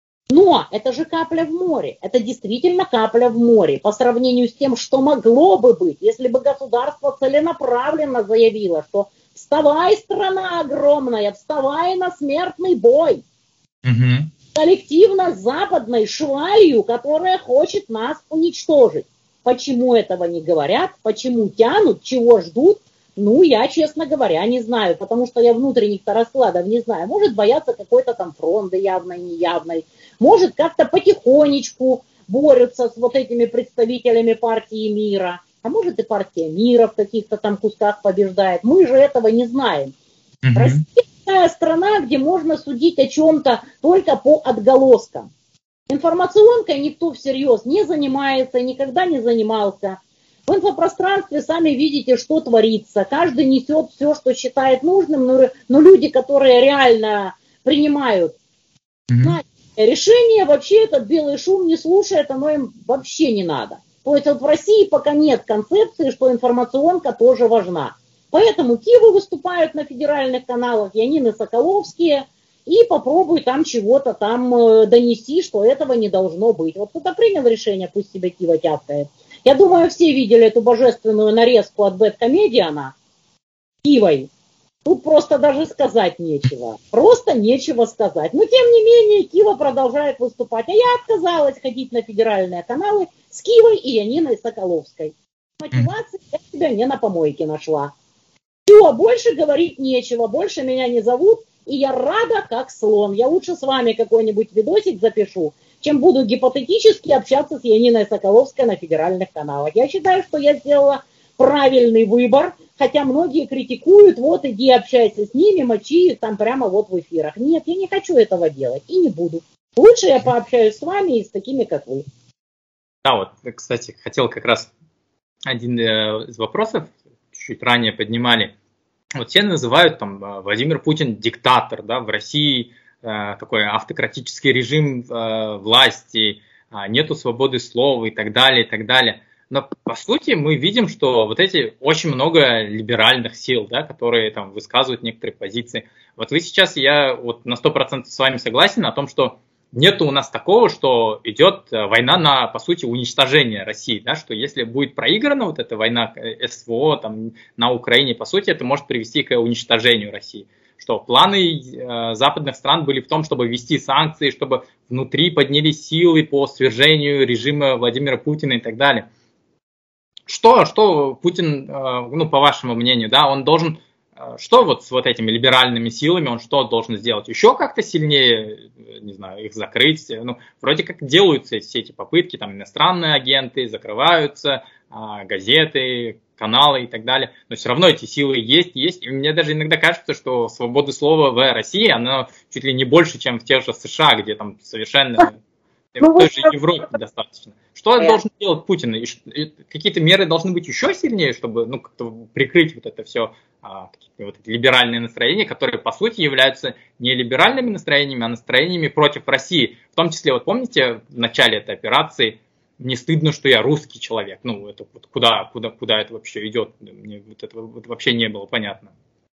Но это же капля в море, это действительно капля в море по сравнению с тем, что могло бы быть, если бы государство целенаправленно заявило, что вставай, страна огромная, вставай на смертный бой. Угу. Коллективно западной швалью, которая хочет нас уничтожить. Почему этого не говорят, почему тянут, чего ждут, ну, я, честно говоря, не знаю, потому что я внутренних-то раскладов не знаю. Может, боятся какой-то там фронты явной, неявной. Может, как-то потихонечку борются с вот этими представителями партии мира. А может, и партия мира в каких-то там кусках побеждает. Мы же этого не знаем. Mm-hmm. Россия такая страна, где можно судить о чем-то только по отголоскам. Информационкой никто всерьез не занимается, никогда не занимался. В инфопространстве сами видите, что творится. Каждый несет все, что считает нужным, но, но люди, которые реально принимают mm-hmm. решения, вообще этот белый шум не слушает, оно им вообще не надо. То есть вот в России пока нет концепции, что информационка тоже важна. Поэтому Кивы выступают на федеральных каналах, Янины Соколовские, и попробуй там чего-то там донести, что этого не должно быть. Вот кто-то принял решение, пусть себе Кива тявкает. Я думаю, все видели эту божественную нарезку от Бэдкомедиана Кивой. Тут просто даже сказать нечего. Просто нечего сказать. Но тем не менее Кива продолжает выступать. А я отказалась ходить на федеральные каналы с Кивой и Яниной Соколовской. Мотивации я себя не на помойке нашла. Все, больше говорить нечего, больше меня не зовут. И я рада, как слон. Я лучше с вами какой-нибудь видосик запишу, чем буду гипотетически общаться с Яниной Соколовской на федеральных каналах. Я считаю, что я сделала правильный выбор, хотя многие критикуют, вот иди общайся с ними, мочи их там прямо вот в эфирах. Нет, я не хочу этого делать и не буду. Лучше я пообщаюсь с вами и с такими, как вы. Да, вот, кстати, хотел как раз один из вопросов, чуть ранее поднимали. Вот все называют там Владимир Путин диктатор, да, в России э, такой автократический режим э, власти, э, нету свободы слова и так далее, и так далее. Но по сути мы видим, что вот эти очень много либеральных сил, да, которые там высказывают некоторые позиции. Вот вы сейчас, я вот на сто процентов с вами согласен о том, что нету у нас такого, что идет война на, по сути, уничтожение России, да, что если будет проиграна вот эта война СВО там, на Украине, по сути, это может привести к уничтожению России. Что планы э, западных стран были в том, чтобы ввести санкции, чтобы внутри поднялись силы по свержению режима Владимира Путина и так далее. Что, что Путин, э, ну, по вашему мнению, да, он должен... Что вот с вот этими либеральными силами он что должен сделать? Еще как-то сильнее, не знаю, их закрыть? Ну, вроде как делаются все эти попытки, там иностранные агенты закрываются, газеты, каналы и так далее. Но все равно эти силы есть, есть. И мне даже иногда кажется, что свобода слова в России, она чуть ли не больше, чем в тех же США, где там совершенно... Ну, в той же Европе достаточно. Что yeah. должен делать Путин? И какие-то меры должны быть еще сильнее, чтобы ну, как-то прикрыть вот это все, а, вот эти либеральные настроения, которые по сути являются не либеральными настроениями, а настроениями против России. В том числе, вот помните, в начале этой операции «Не стыдно, что я русский человек». Ну, это вот куда, куда, куда это вообще идет? Мне вот это вот вообще не было понятно.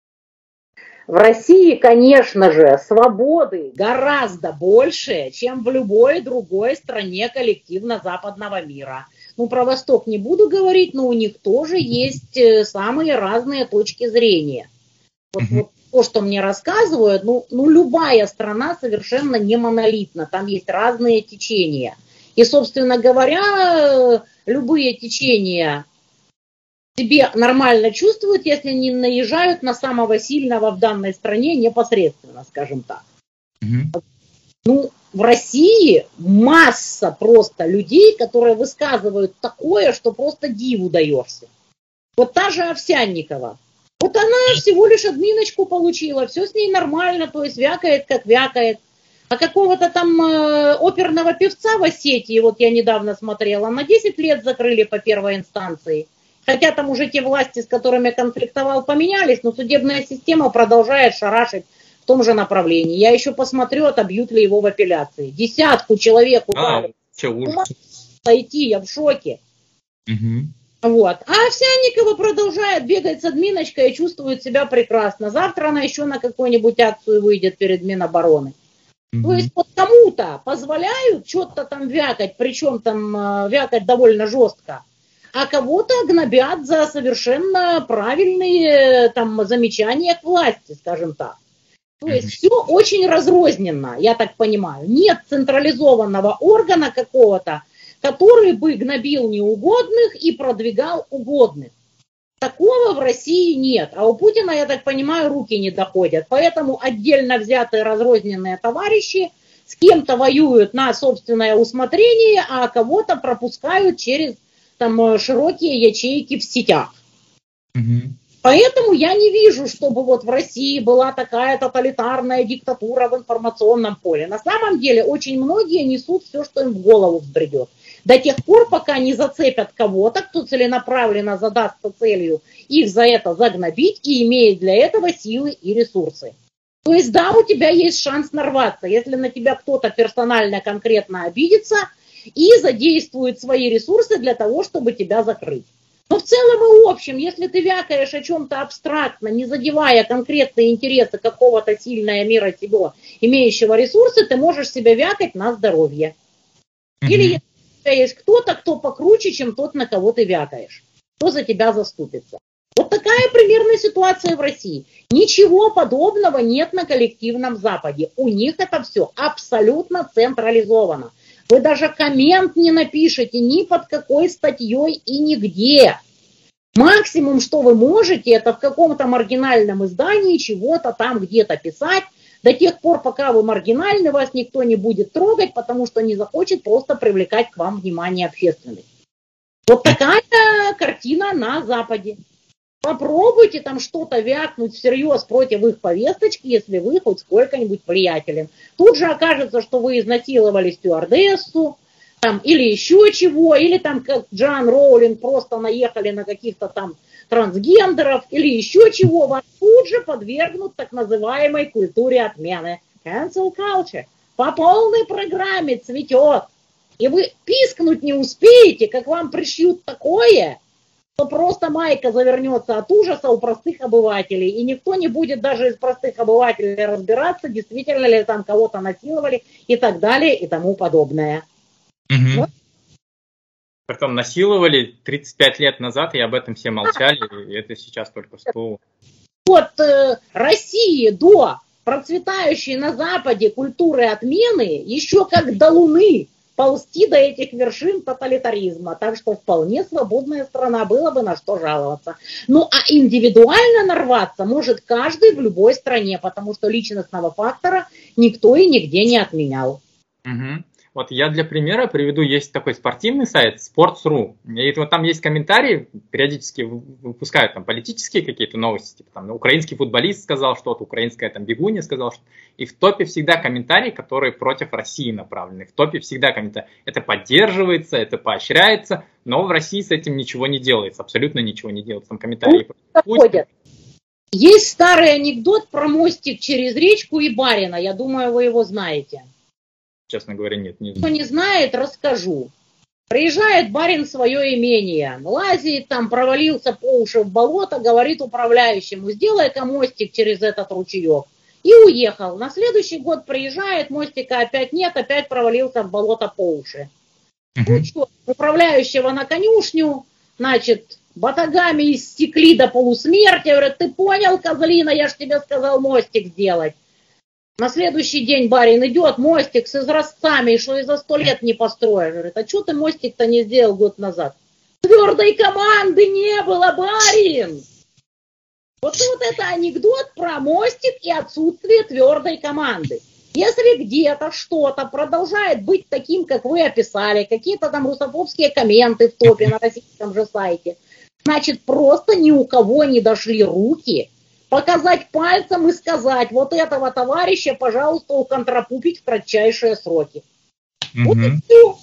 В России, конечно же, свободы гораздо больше, чем в любой другой стране коллективно-западного мира. Ну, про Восток не буду говорить, но у них тоже есть самые разные точки зрения. Вот, вот то, что мне рассказывают, ну, ну, любая страна совершенно не монолитна, там есть разные течения. И, собственно говоря, любые течения... себе нормально чувствуют, если не наезжают на самого сильного в данной стране непосредственно, скажем так. Mm-hmm. Ну, в России масса просто людей, которые высказывают такое, что просто диву даешься. Вот та же Овсянникова. Вот она всего лишь админочку получила, все с ней нормально, то есть вякает, как вякает. А какого-то там э, оперного певца в Осетии, вот я недавно смотрела, на десять лет закрыли по первой инстанции. Хотя там уже те власти, с которыми конфликтовал, поменялись, но судебная система продолжает шарашить в том же направлении. Я еще посмотрю, отобьют ли его в апелляции. Десятку человек упали. А, пойти, я в шоке. Угу. Вот. А Овсянникова продолжает бегать с админочкой и чувствует себя прекрасно. Завтра она еще на какую-нибудь акцию выйдет перед Минобороны. Угу. То есть вот кому-то позволяют что-то там вякать, причем там э, вякать довольно жестко. А кого-то гнобят за совершенно правильные там замечания к власти, скажем так. То есть все очень разрозненно, я так понимаю. Нет централизованного органа какого-то, который бы гнобил неугодных и продвигал угодных. Такого в России нет. А у Путина, я так понимаю, руки не доходят. Поэтому отдельно взятые разрозненные товарищи с кем-то воюют на собственное усмотрение, а кого-то пропускают через... там широкие ячейки в сетях. Угу. Поэтому я не вижу, чтобы вот в России была такая тоталитарная диктатура в информационном поле. На самом деле очень многие несут все, что им в голову взбредет. До тех пор, пока не зацепят кого-то, кто целенаправленно задастся целью их за это загнобить и имеет для этого силы и ресурсы. То есть да, у тебя есть шанс нарваться, если на тебя кто-то персонально, конкретно обидится и задействует свои ресурсы для того, чтобы тебя закрыть. Но в целом и общем, если ты вякаешь о чем-то абстрактно, не задевая конкретные интересы какого-то сильного мира сего, имеющего ресурсы, ты можешь себя вякать на здоровье. Mm-hmm. Или если у тебя есть кто-то, кто покруче, чем тот, на кого ты вякаешь, кто за тебя заступится. Вот такая примерная ситуация в России. Ничего подобного нет на коллективном Западе. У них это все абсолютно централизовано. Вы даже коммент не напишете ни под какой статьей и нигде. Максимум, что вы можете, это в каком-то маргинальном издании чего-то там где-то писать. До тех пор, пока вы маргинальны, вас никто не будет трогать, потому что не захочет просто привлекать к вам внимание общественное. Вот такая картина на Западе. Попробуйте там что-то вякнуть всерьез против их повесточки, если вы хоть сколько-нибудь влиятелен. Тут же окажется, что вы изнасиловали стюардессу, там, или еще чего, или там как Джоан Роулинг просто наехали на каких-то там трансгендеров, или еще чего. Вас тут же подвергнут так называемой культуре отмены. Cancel culture. По полной программе цветет. И вы пискнуть не успеете, как вам пришьют такое, то просто майка завернется от ужаса у простых обывателей, и никто не будет даже из простых обывателей разбираться, действительно ли там кого-то насиловали и так далее и тому подобное. Угу. Вот. Притом насиловали тридцать пять лет назад, и об этом все молчали, и это сейчас только всплыло. Вот э, России до процветающей на Западе культуры отмены еще как до Луны ползти до этих вершин тоталитаризма. Так что вполне свободная страна, было бы на что жаловаться. Ну а индивидуально нарваться может каждый в любой стране, потому что личностного фактора никто и нигде не отменял. Угу. Вот я для примера приведу, есть такой спортивный сайт Sports точка ру, и вот там есть комментарии, периодически выпускают там политические какие-то новости, типа там украинский футболист сказал что-то, украинская там бегунья сказала что-то, и в топе всегда комментарии, которые против России направлены, в топе всегда комментарии, это поддерживается, это поощряется, но в России с этим ничего не делается, абсолютно ничего не делается, там комментарии против. Есть старый анекдот про мостик через речку и барина, я думаю, вы его знаете. Честно говоря, нет. Не Кто не знает, расскажу. Приезжает барин в свое имение, лазит там, провалился по уши в болото, говорит управляющему, сделай-ка мостик через этот ручеек. И уехал. На следующий год приезжает, мостика опять нет, опять провалился в болото по уши. Uh-huh. Ну что, управляющего на конюшню, значит, батагами истекли до полусмерти, говорят, ты понял, козлина, я ж тебе сказал мостик сделать. На следующий день барин идет, мостик с изразцами, что и за сто лет не построишь. Говорит, а что ты мостик-то не сделал год назад? Твердой команды не было, барин! Вот вот это анекдот про мостик и отсутствие твердой команды. Если где-то что-то продолжает быть таким, как вы описали, какие-то там русофобские комменты в топе на российском же сайте, значит, просто ни у кого не дошли руки показать пальцем и сказать, вот этого товарища, пожалуйста, уконтрапупить в кратчайшие сроки. Mm-hmm. Вот и все.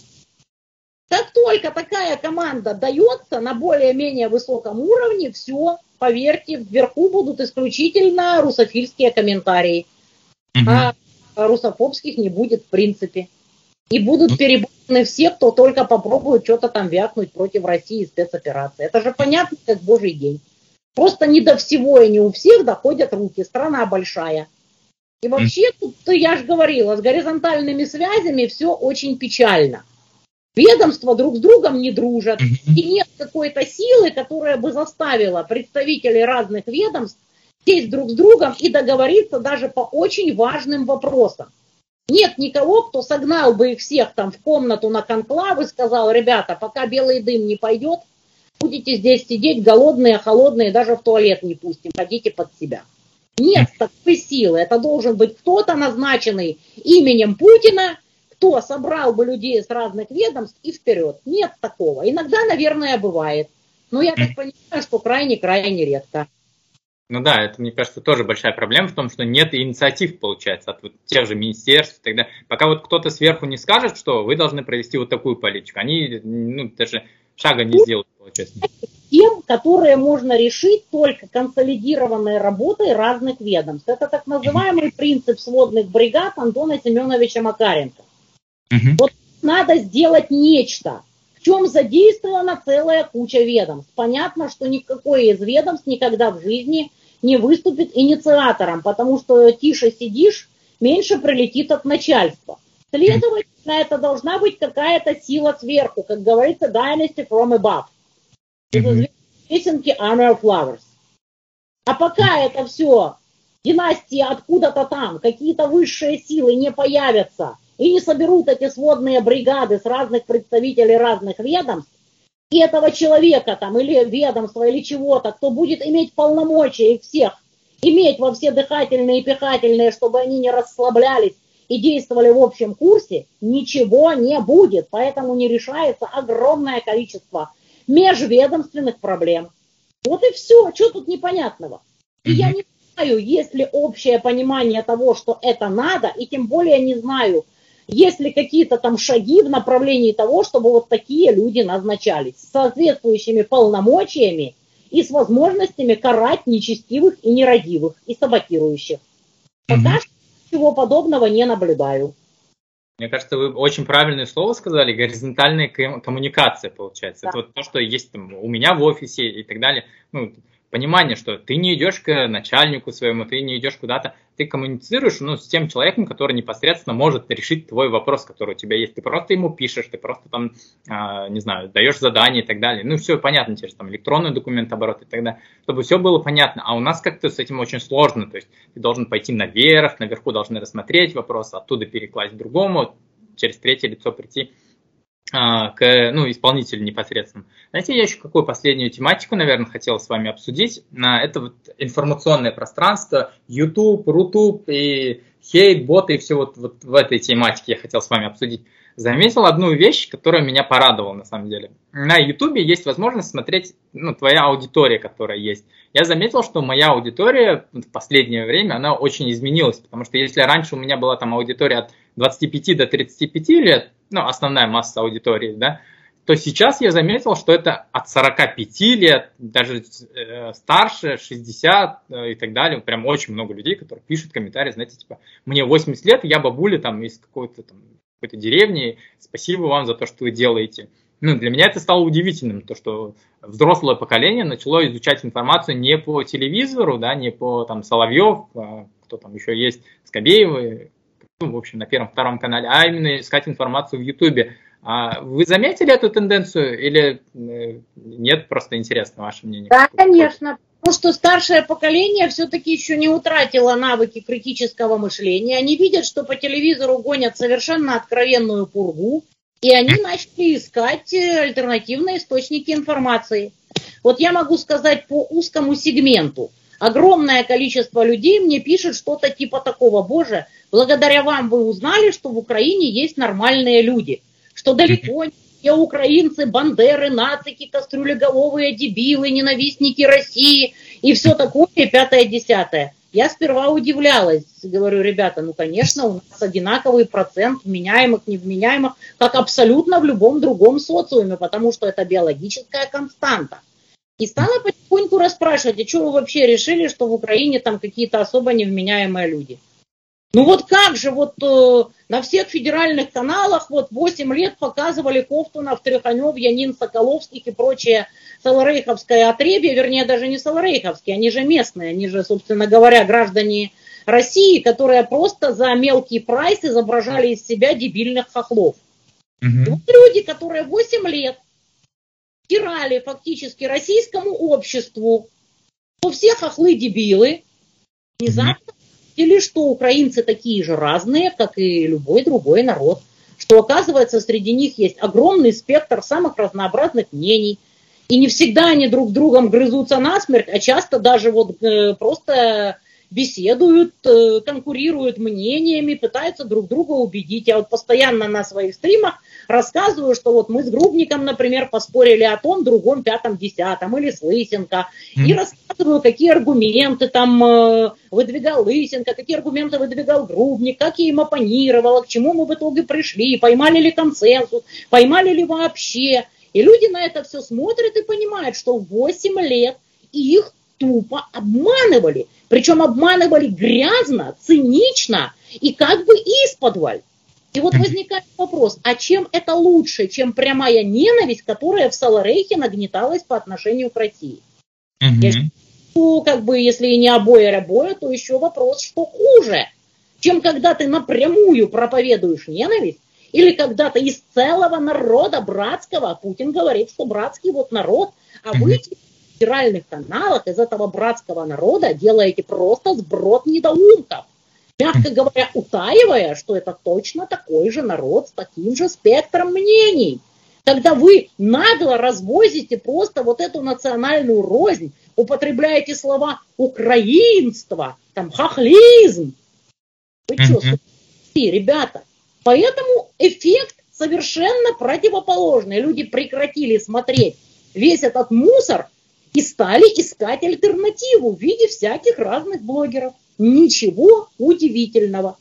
Как только такая команда дается на более-менее высоком уровне, все, поверьте, вверху будут исключительно русофильские комментарии. Mm-hmm. А русофобских не будет в принципе. И будут перебаны все, кто только попробует что-то там вякнуть против России и спецоперации. Это же понятно, как божий день. Просто не до всего и не у всех доходят руки. Страна большая. И вообще, тут, я же говорила, с горизонтальными связями все очень печально. Ведомства друг с другом не дружат. И нет какой-то силы, которая бы заставила представителей разных ведомств сесть друг с другом и договориться даже по очень важным вопросам. Нет никого, кто согнал бы их всех там в комнату на конклав и сказал, ребята, пока белый дым не пойдет, будете здесь сидеть голодные, холодные, даже в туалет не пустим, ходите под себя. Нет такой силы. Это должен быть кто-то, назначенный именем Путина, кто собрал бы людей с разных ведомств и вперед. Нет такого. Иногда, наверное, бывает. Но я так понимаю, что крайне-крайне редко. Ну да, это, мне кажется, тоже большая проблема в том, что нет инициатив, получается, от вот тех же министерств и так далее. Пока вот кто-то сверху не скажет, что вы должны провести вот такую политику, они, ну, даже шага не сделают, получается. Тем, которые можно решить только консолидированной работой разных ведомств. Это так называемый принцип сводных бригад Антона Семеновича Макаренко. Uh-huh. Вот надо сделать нечто, в чем задействована целая куча ведомств. Понятно, что никакое из ведомств никогда в жизни не выступит инициатором, потому что тише сидишь, меньше прилетит от начальства. Следовательно, это должна быть какая-то сила сверху, как говорится, dynasty from above. Из песенки Army of Flowers. А пока это все династии откуда-то там, какие-то высшие силы не появятся и не соберут эти сводные бригады с разных представителей разных ведомств, и этого человека там или ведомства, или чего-то, кто будет иметь полномочия их всех, иметь во все дыхательные и пихательные, чтобы они не расслаблялись и действовали в общем курсе, ничего не будет. Поэтому не решается огромное количество межведомственных проблем. Вот и все. Что тут непонятного? И mm-hmm. я не знаю, есть ли общее понимание того, что это надо, и тем более не знаю, есть ли какие-то там шаги в направлении того, чтобы вот такие люди назначались с соответствующими полномочиями и с возможностями карать нечестивых и нерадивых и саботирующих. Пока mm-hmm. что ничего подобного не наблюдаю. Мне кажется, вы очень правильное слово сказали, горизонтальная коммуникация, получается. Да. Это вот то, что есть там у меня в офисе и так далее. Ну, понимание, что ты не идешь к начальнику своему, ты не идешь куда-то, ты коммуницируешь, ну, с тем человеком, который непосредственно может решить твой вопрос, который у тебя есть. Ты просто ему пишешь, ты просто там, а, не знаю, даешь задание и так далее. Ну, все понятно, через там электронный документооборот и так далее, чтобы все было понятно. А у нас как-то с этим очень сложно, то есть ты должен пойти наверх, наверху должны рассмотреть вопрос, оттуда перекласть другому, через третье лицо прийти к, ну, исполнителю непосредственно. Знаете, я еще какую последнюю тематику, наверное, хотел с вами обсудить. Это вот информационное пространство, YouTube, Рутуб и хейт, боты и все вот, вот в этой тематике я хотел с вами обсудить. Заметил одну вещь, которая меня порадовала на самом деле. На YouTube есть возможность смотреть, ну, твоя аудитория, которая есть. Я заметил, что моя аудитория в последнее время, она очень изменилась, потому что если раньше у меня была там аудитория от двадцати пяти до тридцати пяти лет, ну, основная масса аудитории, да, то сейчас я заметил, что это от сорока пяти лет, даже э, старше, шестьдесят э, и так далее. Прям очень много людей, которые пишут комментарии, знаете, типа, мне восемьдесят лет, я бабуля там из какой-то там какой-то деревни, спасибо вам за то, что вы делаете. Ну, для меня это стало удивительным, то, что взрослое поколение начало изучать информацию не по телевизору, да, не по там Соловьев, кто там еще есть, Скобеевы, ну, в общем, на первом-втором канале, а именно искать информацию в Ютубе. Вы заметили эту тенденцию или нет, просто интересно ваше мнение? Да, конечно. Потому что старшее поколение все-таки еще не утратило навыки критического мышления. Они видят, что по телевизору гонят совершенно откровенную пургу, и они начали искать альтернативные источники информации. Вот я могу сказать по узкому сегменту. Огромное количество людей мне пишет что-то типа такого: боже, благодаря вам вы узнали, что в Украине есть нормальные люди, что далеко не все украинцы, бандеры, нацики, кастрюлеголовые дебилы, ненавистники России и все такое, пятое-десятое. Я сперва удивлялась, говорю, ребята, ну, конечно, у нас одинаковый процент вменяемых, невменяемых, как абсолютно в любом другом социуме, потому что это биологическая константа. И стала потихоньку расспрашивать, а что вы вообще решили, что в Украине там какие-то особо невменяемые люди? Ну вот как же, вот э, на всех федеральных каналах вот восемь лет показывали Ковтунов, Треханев, Янин, Соколовских и прочее саларейховское отребье, вернее даже не саларейховские, они же местные, они же, собственно говоря, граждане России, которые просто за мелкий прайс изображали из себя дебильных хохлов. Mm-hmm. И вот люди, которые восемь лет стирали фактически российскому обществу, что все хохлы дебилы, внезапно или что украинцы такие же разные, как и любой другой народ, что, оказывается, среди них есть огромный спектр самых разнообразных мнений, и не всегда они друг с другом грызутся насмерть, а часто даже вот э, просто беседуют, э, конкурируют мнениями, пытаются друг друга убедить. Я вот постоянно на своих стримах рассказываю, что вот мы с Грубником, например, поспорили о том, другом, пятом, десятом, или с Лысенко, mm. и рассказываю, какие аргументы там э, выдвигал Лысенко, какие аргументы выдвигал Грубник, как я им оппонировала, к чему мы в итоге пришли, поймали ли консенсус, поймали ли вообще. И люди на это все смотрят и понимают, что восемь лет их тупо обманывали. Причем обманывали грязно, цинично и как бы исподволь. И вот возникает вопрос, а чем это лучше, чем прямая ненависть, которая в Саларейхе нагнеталась по отношению к России? Mm-hmm. Я считаю, как бы, если и не обои обои, то еще вопрос, что хуже, чем когда ты напрямую проповедуешь ненависть, или когда ты из целого народа братского, Путин говорит, что братский вот народ, а вы mm-hmm. в федеральных каналах из этого братского народа делаете просто сброд недоумков. Мягко говоря, утаивая, что это точно такой же народ с таким же спектром мнений. Когда вы нагло развозите просто вот эту национальную рознь, употребляете слова украинство, там, хахлизм. Вы что, mm-hmm. ребята? Поэтому эффект совершенно противоположный. Люди прекратили смотреть весь этот мусор и стали искать альтернативу в виде всяких разных блогеров. Ничего удивительного.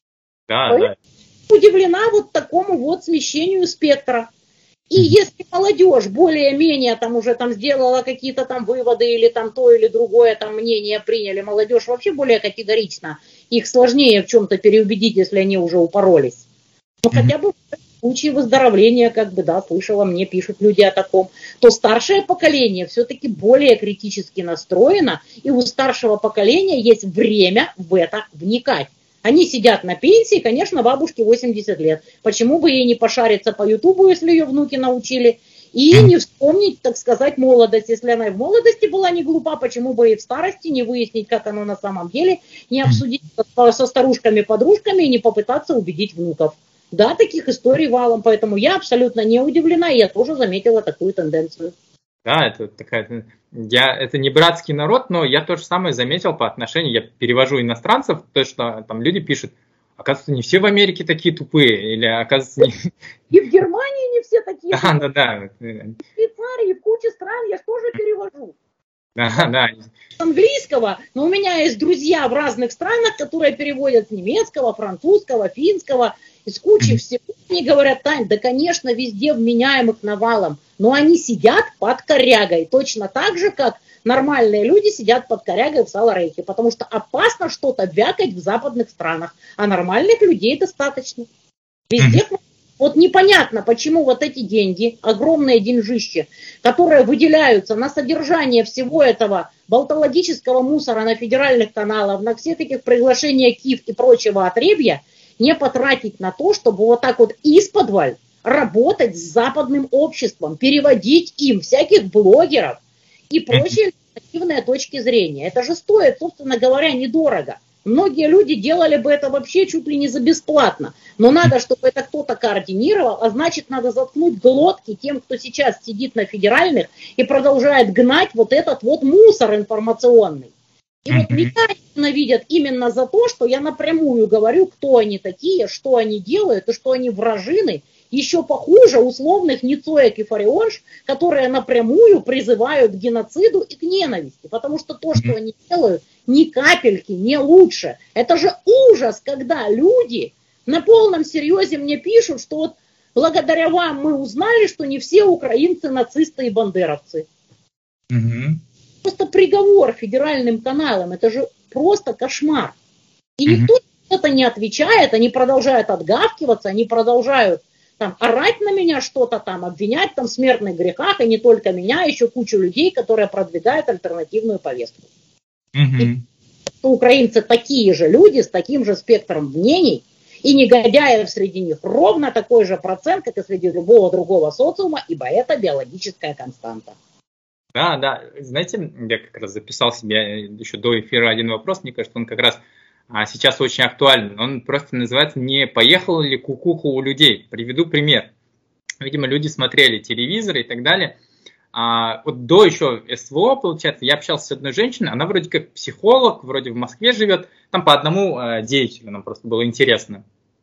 Да, да. Удивлена вот такому вот смещению спектра. И если молодежь более-менее там уже там сделала какие-то там выводы или там то или другое там мнение приняли, молодежь вообще более категорично, их сложнее в чем-то переубедить, если они уже упоролись. Но mm-hmm. хотя бы в случае выздоровления, как бы, да, слышала, мне пишут люди о таком, то старшее поколение все-таки более критически настроено, и у старшего поколения есть время в это вникать. Они сидят на пенсии, конечно, бабушке восемьдесят лет. Почему бы ей не пошариться по Ютубу, если ее внуки научили, и не вспомнить, так сказать, молодость. Если она и в молодости была не глупа, почему бы и в старости не выяснить, как оно на самом деле, не обсудить со старушками-подружками и не попытаться убедить внуков. Да, таких историй валом, поэтому я абсолютно не удивлена, и я тоже заметила такую тенденцию. Да, это такая, я, это не братский народ, но я то же самое заметил по отношению, я перевожу иностранцев, то, что там люди пишут, оказывается, не все в Америке такие тупые, или оказывается... Не... И в Германии не все такие да, тупые. Да, да, В Швейцарии, в куче стран я тоже перевожу. Да, да. С английского, но у меня есть друзья в разных странах, которые переводят с немецкого, французского, финского, из кучи mm-hmm. всего. Они говорят, Тань, да, конечно, везде вменяемых навалом, но они сидят под корягой, точно так же, как нормальные люди сидят под корягой в Саларейхе, потому что опасно что-то вякать в западных странах, а нормальных людей достаточно. Везде mm-hmm. Вот непонятно, почему вот эти деньги, огромные деньжища, которые выделяются на содержание всего этого болтологического мусора на федеральных каналах, на всех этих приглашения КИФ и прочего отребья, не потратить на то, чтобы вот так вот исподволь работать с западным обществом, переводить им всяких блогеров и прочие альтернативные точки зрения. Это же стоит, собственно говоря, недорого. Многие люди делали бы это вообще чуть ли не за бесплатно. Но надо, чтобы это кто-то координировал, а значит, надо заткнуть глотки тем, кто сейчас сидит на федеральных и продолжает гнать вот этот вот мусор информационный. И вот меня ненавидят именно за то, что я напрямую говорю, кто они такие, что они делают, и что они вражины, еще похуже условных Ницоек и Фарионш, которые напрямую призывают к геноциду и к ненависти. Потому что то, что они делают, ни капельки не лучше. Это же ужас, когда люди на полном серьезе мне пишут, что вот благодаря вам мы узнали, что не все украинцы нацисты и бандеровцы. Mm-hmm. Просто приговор федеральным каналам, это же просто кошмар. И mm-hmm. никто это не отвечает, они продолжают отгавкиваться, они продолжают там орать на меня что-то там, обвинять там в смертных грехах, и не только меня, а еще кучу людей, которые продвигают альтернативную повестку. Mm-hmm. И украинцы такие же люди, с таким же спектром мнений, и негодяев среди них ровно такой же процент, как и среди любого другого социума, ибо это биологическая константа. Да, да, знаете, я как раз записал себе еще до эфира один вопрос, мне кажется, он как раз а, сейчас очень актуален. Он просто называется «Не поехала ли кукуха у людей?». Приведу пример. Видимо, люди смотрели телевизор и так далее. А, вот до еще СВО, получается, я общался с одной женщиной, она вроде как психолог, вроде в Москве живет, там по одному э, деятелю, нам просто было интересно.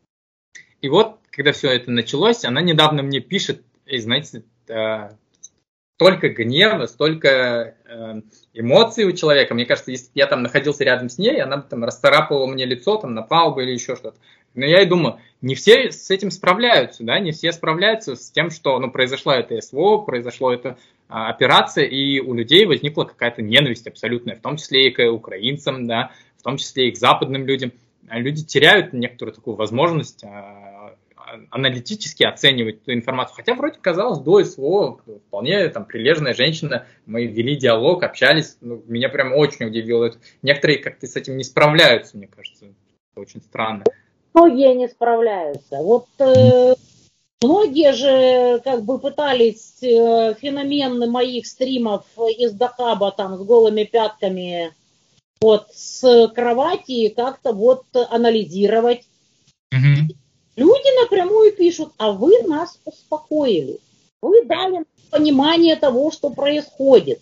И вот, когда все это началось, она недавно мне пишет, и, знаете, э, столько гнева, столько э, эмоций у человека. Мне кажется, если бы я там находился рядом с ней, она бы там расцарапала мне лицо, там напала бы или еще что-то. Но я и думаю, не все с этим справляются, да, не все справляются с тем, что, ну, произошла эта СВО, произошла эта а, операция, и у людей возникла какая-то ненависть абсолютная, в том числе и к украинцам, да, в том числе и к западным людям. Люди теряют некоторую такую возможность а, аналитически оценивать эту информацию. Хотя вроде казалось, до СВО вполне там прилежная женщина, мы вели диалог, общались, ну, меня прям очень удивило. Некоторые как-то с этим не справляются, мне кажется, это очень странно. Многие не справляются. Вот э, многие же как бы пытались э, феномен моих стримов из Дахаба там с голыми пятками вот с кровати как-то вот анализировать. Mm-hmm. Люди напрямую пишут, а вы нас успокоили. Вы дали понимание того, что происходит.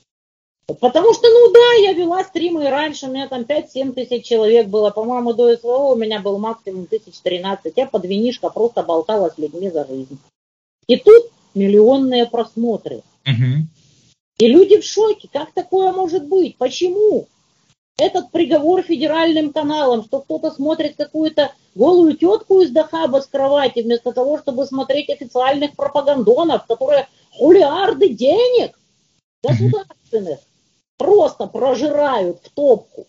Потому что, ну да, я вела стримы и раньше, у меня там пять-семь тысяч человек было, по-моему, до СВО у меня был максимум тысяч тринадцать, я под винишко просто болтала с людьми за жизнь. И тут миллионные просмотры. Угу. И люди в шоке, как такое может быть, почему? Этот приговор федеральным каналам, что кто-то смотрит какую-то голую тетку из Дахаба с кровати, вместо того, чтобы смотреть официальных пропагандонов, которые хулиарды денег государственных просто прожирают в топку.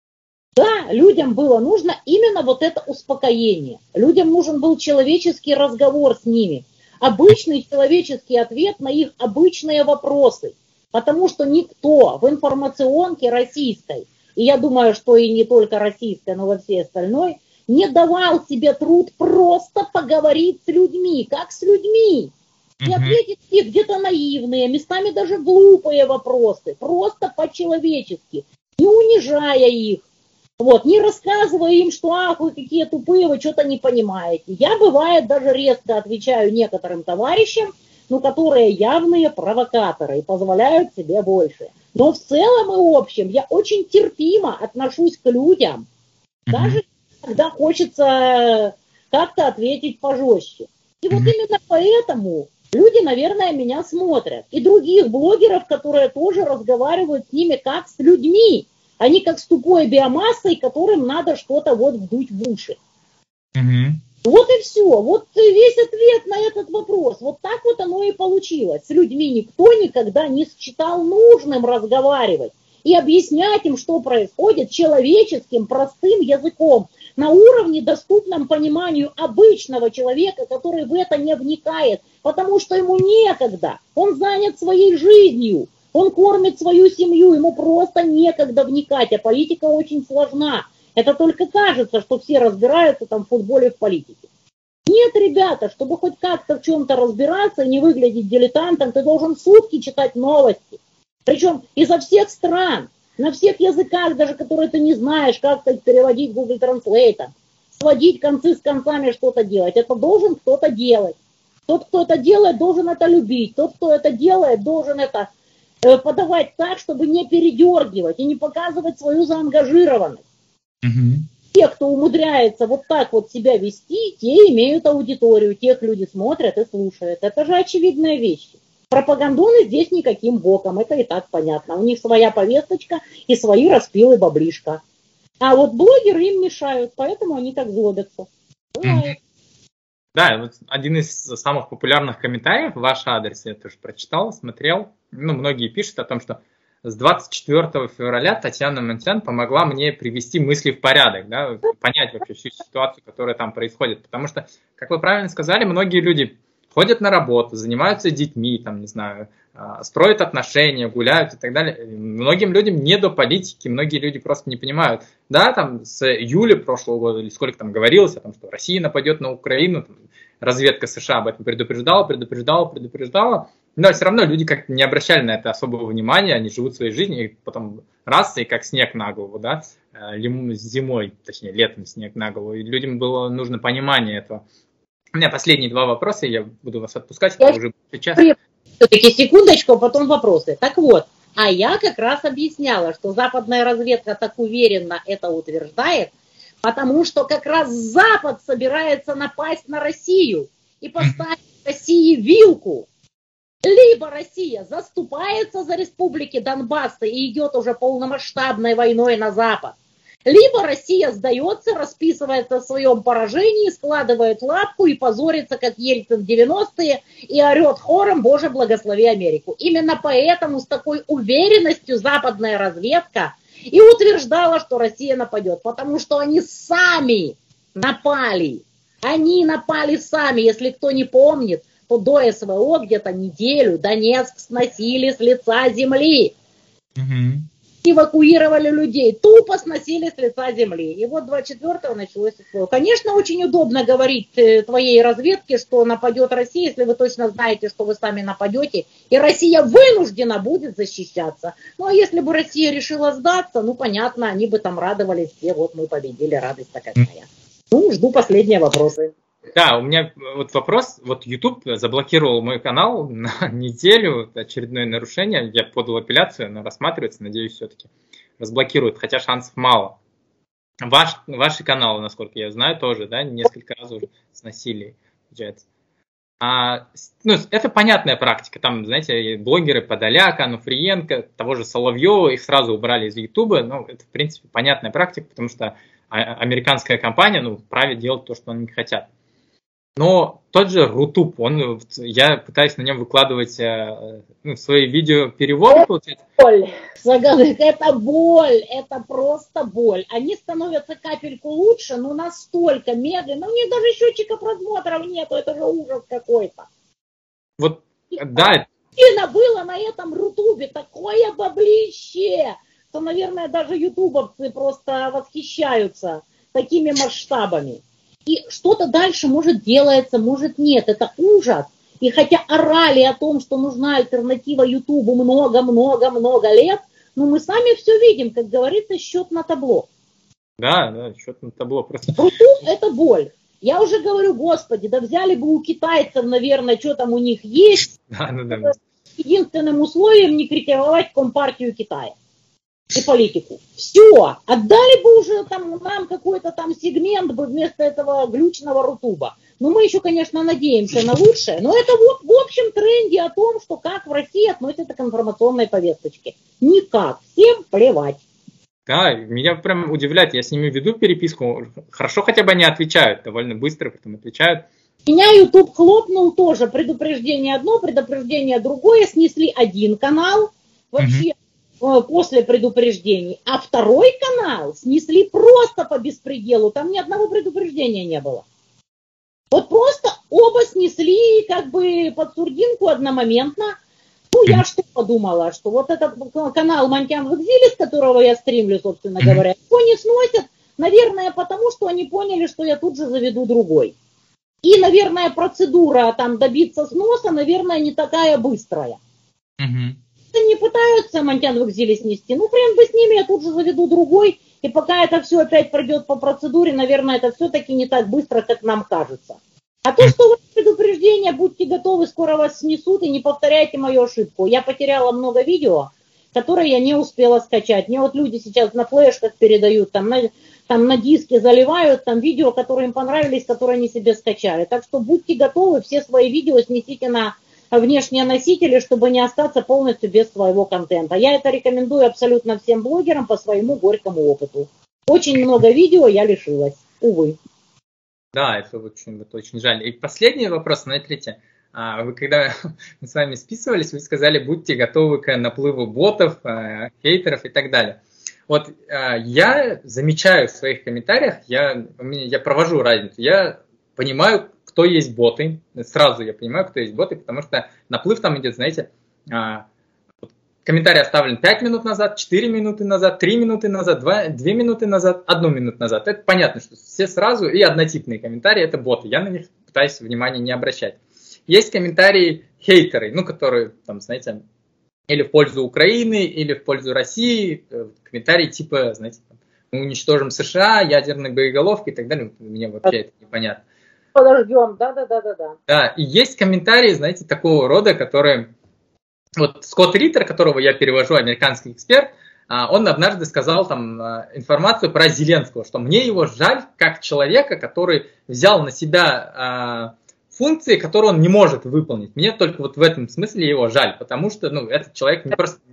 Да, людям было нужно именно вот это успокоение. Людям нужен был человеческий разговор с ними. Обычный человеческий ответ на их обычные вопросы. Потому что никто в информационке российской, и я думаю, что и не только российской, но во всей остальной, не давал себе труд просто поговорить с людьми, как с людьми. И ответить их где-то наивные, местами даже глупые вопросы, просто по-человечески, не унижая их, вот, не рассказывая им, что ах, вы какие тупые, вы что-то не понимаете. Я, бывает, даже резко отвечаю некоторым товарищам, ну, которые явные провокаторы и позволяют себе больше. Но в целом и общем я очень терпимо отношусь к людям, даже когда хочется как-то ответить пожестче. И вот именно поэтому люди, наверное, меня смотрят. И других блогеров, которые тоже разговаривают с ними как с людьми, а не как с тупой биомассой, которым надо что-то вот вдуть в уши. Mm-hmm. Вот и все. Вот весь ответ на этот вопрос. Вот так вот оно и получилось. С людьми никто никогда не считал нужным разговаривать и объяснять им, что происходит человеческим, простым языком, на уровне, доступном пониманию обычного человека, который в это не вникает, потому что ему некогда, он занят своей жизнью, он кормит свою семью, ему просто некогда вникать, а политика очень сложна. Это только кажется, что все разбираются там в футболе, в политике. Нет, ребята, чтобы хоть как-то в чем-то разбираться и не выглядеть дилетантом, ты должен сутки читать новости. Причем изо всех стран, на всех языках, даже которые ты не знаешь, как их переводить Google Translate, сводить концы с концами, что-то делать. Это должен кто-то делать. Тот, кто это делает, должен это любить. Тот, кто это делает, должен это э, подавать так, чтобы не передергивать и не показывать свою заангажированность. Mm-hmm. Те, кто умудряется вот так вот себя вести, те имеют аудиторию, тех люди смотрят и слушают. Это же очевидная вещь. Пропагандоны здесь никаким боком, это и так понятно. У них своя повесточка и свои распилы баблишка. А вот блогеры им мешают, поэтому они так злобятся. Бывает. Да, вот один из самых популярных комментариев в ваш адрес, я тоже прочитал, смотрел. Ну, многие пишут о том, что с двадцать четвёртого февраля Татьяна Мунтян помогла мне привести мысли в порядок, да, понять вообще всю ситуацию, которая там происходит. Потому что, как вы правильно сказали, многие люди ходят на работу, занимаются детьми, там, не знаю, строят отношения, гуляют и так далее. Многим людям не до политики, многие люди просто не понимают. Да, там с июля прошлого года, или сколько там говорилось о том, что Россия нападет на Украину, там, разведка США об этом предупреждала, предупреждала, предупреждала. Но все равно люди как-то не обращали на это особого внимания, они живут своей жизнью, и потом раз, и как снег на голову, да, зимой, точнее, летом снег на голову, и людям было нужно понимание этого. У меня последние два вопроса, я буду вас отпускать, Я уже сейчас. Все-таки секундочку, потом вопросы. Так вот, а я как раз объясняла, что западная разведка так уверенно это утверждает, потому что как раз Запад собирается напасть на Россию и поставить России вилку. Либо Россия заступается за республики Донбасса и идет уже полномасштабной войной на Запад, либо Россия сдается, расписывается в своем поражении, складывает лапку и позорится, как Ельцин в девяностые, и орет хором «Боже, благослови Америку». Именно поэтому с такой уверенностью западная разведка и утверждала, что Россия нападет, потому что они сами напали. Они напали сами, если кто не помнит, то до СВО где-то неделю Донецк сносили с лица земли. Угу. Эвакуировали людей, тупо сносили с лица земли. И вот двадцать четвёртого началось СВО. Конечно, очень удобно говорить твоей разведке, что нападет Россия, если вы точно знаете, что вы сами нападете, и Россия вынуждена будет защищаться. Ну, а если бы Россия решила сдаться, ну, понятно, они бы там радовались все, вот мы победили, радость такая. Ну, жду последние вопросы. Да, у меня вот вопрос, вот YouTube заблокировал мой канал на неделю, очередное нарушение, я подал апелляцию, но рассматривается, надеюсь, все-таки разблокируют, хотя шансов мало. Ваш, ваши каналы, насколько я знаю, тоже, да, несколько раз уже сносили, получается. А, ну, это понятная практика, там, знаете, блогеры Подоляка, Ануфриенко, того же Соловьева, их сразу убрали из YouTube, ну, это, в принципе, понятная практика, потому что американская компания, ну, вправе делать то, что они хотят. Но тот же Рутуб, он, я пытаюсь на нем выкладывать ну, свои видео переводы, получается. Боль, это боль, это просто боль. Они становятся капельку лучше, но настолько медленно, у них даже счетчика просмотров нету, это же ужас какой-то. Вот, и да. Было на этом Рутубе такое баблище, что, наверное, даже ютубовцы просто восхищаются такими масштабами. И что-то дальше может делается, может нет. Это ужас. И хотя орали о том, что нужна альтернатива Ютубу много-много-много лет, но мы сами все видим, как говорится, счет на табло. Да, да, счет на табло. Просто... Ютуб – это боль. Я уже говорю, господи, да взяли бы у китайцев, наверное, что там у них есть. Да, да, да. Единственным условием не критиковать Компартию Китая и политику. Все, отдали бы уже там нам какой-то там сегмент бы вместо этого глючного Рутуба. Но мы еще, конечно, надеемся на лучшее. Но это вот в общем тренде о том, что как в России относятся к информационной повесточке. Никак. Всем плевать. Да, меня прям удивляет. Я с ними веду переписку. Хорошо хотя бы они отвечают. Довольно быстро потом отвечают. Меня YouTube хлопнул тоже. Предупреждение одно, предупреждение другое. Снесли один канал. Вообще. Угу. После предупреждений, а второй канал снесли просто по беспределу, там ни одного предупреждения не было. Вот просто оба снесли как бы под сурдинку одномоментно. Ну, я что подумала, что вот этот канал Монтян в экзиле, с которого я стримлю, собственно говоря, его не сносят, наверное, потому что они поняли, что я тут же заведу другой. И, наверное, процедура там добиться сноса, наверное, не такая быстрая. Mm-hmm. Не пытаются Монтян в экзиле снести, ну хрен бы с ними, я тут же заведу другой, и пока это все опять пройдет по процедуре, наверное, это все-таки не так быстро, как нам кажется. А то, что у вас предупреждение, будьте готовы, скоро вас снесут, и не повторяйте мою ошибку. Я потеряла много видео, которые я не успела скачать. Мне вот люди сейчас на флешках передают, там на, там на диске заливают, там видео, которые им понравились, которые они себе скачали. Так что будьте готовы, все свои видео снесите на внешние носители, чтобы не остаться полностью без своего контента. Я это рекомендую абсолютно всем блогерам по своему горькому опыту. Очень много видео я лишилась, увы. Да, это очень, это очень жаль. И последний вопрос, смотрите. Вы когда мы с вами списывались, вы сказали, будьте готовы к наплыву ботов, хейтеров и так далее. Вот я замечаю в своих комментариях, я, я провожу разницу, я понимаю, кто есть боты, сразу я понимаю, кто есть боты, потому что наплыв там идет, знаете, комментарий оставлен пять минут назад, четыре минуты назад, три минуты назад, два, две минуты назад, одну минуту назад. Это понятно, что все сразу, и однотипные комментарии, это боты, я на них пытаюсь внимания не обращать. Есть комментарии хейтеры, ну, которые, там, знаете, или в пользу Украины, или в пользу России, комментарии типа, знаете, мы уничтожим США, ядерные боеголовки и так далее, мне вообще это непонятно. подождем, да-да-да-да-да. Да, и есть комментарии, знаете, такого рода, которые... Вот Скотт Риттер, которого я перевожу, американский эксперт, он однажды сказал там информацию про Зеленского, что мне его жаль как человека, который взял на себя функции, которые он не может выполнить. Мне только вот в этом смысле его жаль, потому что ну, этот человек не просто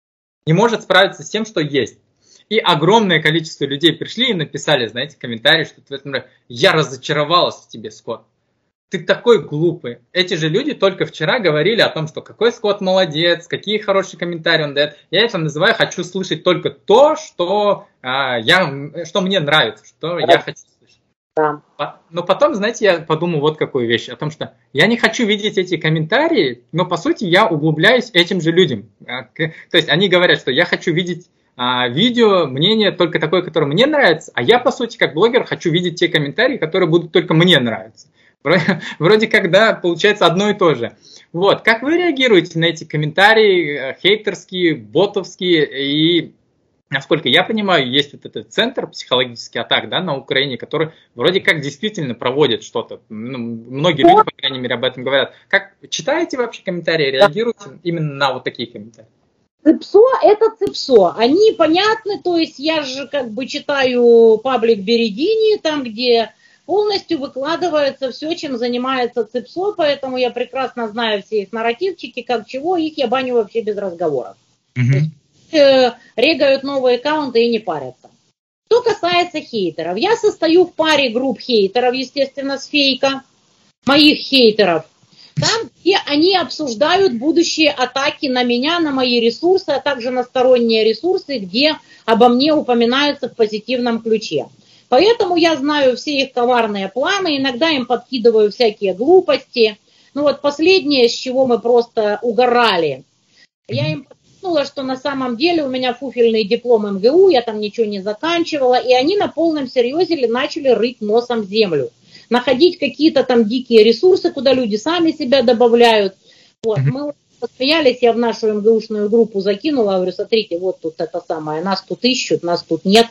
не может справиться с тем, что есть. И огромное количество людей пришли и написали, знаете, комментарии, что в этом я разочаровалась в тебе, Скотт. Ты такой глупый. Эти же люди только вчера говорили о том, что какой Скотт молодец, какие хорошие комментарии он дает. Я это называю «хочу слышать только то, что, а, я, что мне нравится, что я хочу слышать». Да. Но потом, знаете, я подумал вот какую вещь, о том, что я не хочу видеть эти комментарии, но по сути я углубляюсь этим же людям. То есть они говорят, что я хочу видеть а, видео, мнение только такое, которое мне нравится, а я по сути как блогер хочу видеть те комментарии, которые будут только мне нравиться. Вроде как, да, получается одно и то же. Вот, как вы реагируете на эти комментарии хейтерские, ботовские? И, насколько я понимаю, есть вот этот центр психологических атак, да, на Украине, который вроде как действительно проводит что-то. Ну, многие люди, по крайней мере, об этом говорят. Как читаете вообще комментарии, реагируете именно на вот такие комментарии? Цепсо – это цепсо. Они понятны, то есть я же как бы читаю паблик Бередини, там, где... полностью выкладывается все, чем занимается Цепсо, поэтому я прекрасно знаю все их нарративчики, как чего, их я баню вообще без разговоров. Mm-hmm. То есть, э, регают новые аккаунты и не парятся. Что касается хейтеров, я состою в паре групп хейтеров, естественно, с Фейка, моих хейтеров, там, где они обсуждают будущие атаки на меня, на мои ресурсы, а также на сторонние ресурсы, где обо мне упоминаются в позитивном ключе. Поэтому я знаю все их коварные планы, иногда им подкидываю всякие глупости. Ну вот последнее, с чего мы просто угорали. Я им подкинула, что на самом деле у меня фуфельный диплом эм гэ у, я там ничего не заканчивала, и они на полном серьезе начали рыть носом землю. Находить какие-то там дикие ресурсы, куда люди сами себя добавляют. Вот, мы посмеялись, я в нашу эм гэ ушную группу закинула, говорю, смотрите, вот тут это самое, нас тут ищут, нас тут нет.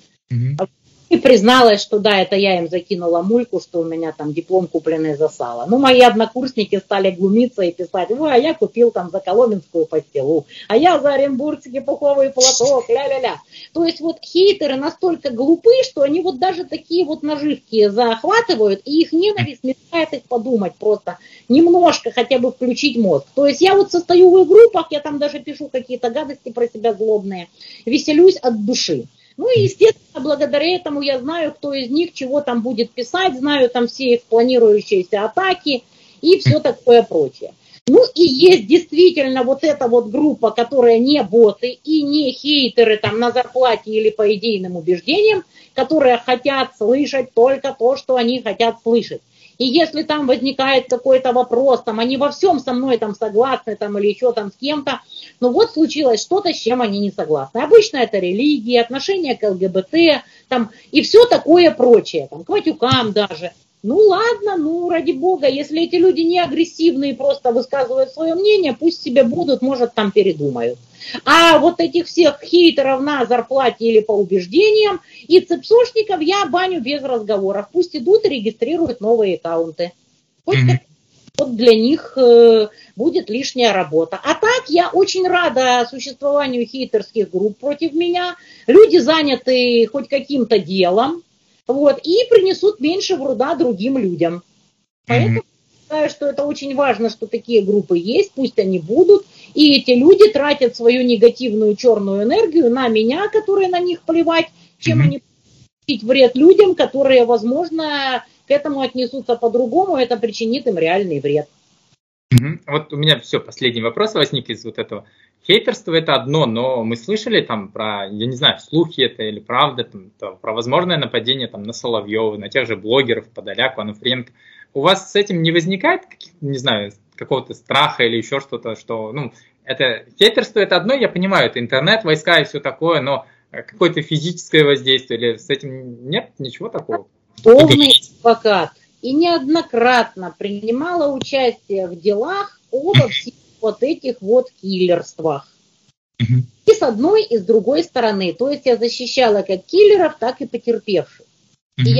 И призналась, что да, это я им закинула мульку, что у меня там диплом купленный за сало. Ну, мои однокурсники стали глумиться и писать, ой, а я купил там за коломенскую пастилу, а я за оренбургский пуховый платок, ля-ля-ля. То есть вот хейтеры настолько глупы, что они вот даже такие вот наживки захватывают, и их ненависть мешает их подумать просто, немножко хотя бы включить мозг. То есть я вот состою в их группах, я там даже пишу какие-то гадости про себя злобные, веселюсь от души. Ну и, естественно, благодаря этому я знаю, кто из них чего там будет писать, знаю там все их планирующиеся атаки и все такое прочее. Ну и есть действительно вот эта вот группа, которая не боты и не хейтеры там на зарплате или по идейным убеждениям, которые хотят слышать только то, что они хотят слышать. И если там возникает какой-то вопрос, там они во всем со мной там согласны, там или еще там с кем-то, ну вот случилось что-то, с чем они не согласны. Обычно это религия, отношения к эл гэ бэ тэ, там и все такое прочее, там к матюкам даже. Ну ладно, ну ради бога, если эти люди не агрессивные, просто высказывают свое мнение, пусть себе будут, может там передумают. А вот этих всех хейтеров на зарплате или по убеждениям и цепсошников я баню без разговоров. Пусть идут и регистрируют новые аккаунты. Хоть mm-hmm. вот для них э, будет лишняя работа. А так я очень рада существованию хейтерских групп против меня. Люди заняты хоть каким-то делом. Вот, и принесут меньше вреда другим людям. Поэтому mm-hmm. я считаю, что это очень важно, что такие группы есть, пусть они будут. И эти люди тратят свою негативную черную энергию на меня, которые на них плевать, чем mm-hmm. они причинить вред людям, которые, возможно, к этому отнесутся по-другому, это причинит им реальный вред. Mm-hmm. Вот у меня все, последний вопрос возник из вот этого. Хейтерство это одно, но мы слышали там про, я не знаю, слухи это или правда, там, то, про возможное нападение там, на Соловьева, на тех же блогеров, Подоляку, Ануфриенко. У вас с этим не возникает, не знаю, какого-то страха или еще что-то, что, ну, это хейтерство это одно, я понимаю, это интернет, войска и все такое, но какое-то физическое воздействие или с этим нет ничего такого? Полный адвокат и неоднократно принимала участие в делах обо всех вот этих вот киллерствах. Uh-huh. И с одной, и с другой стороны. То есть я защищала как киллеров, так и потерпевших. Uh-huh. И я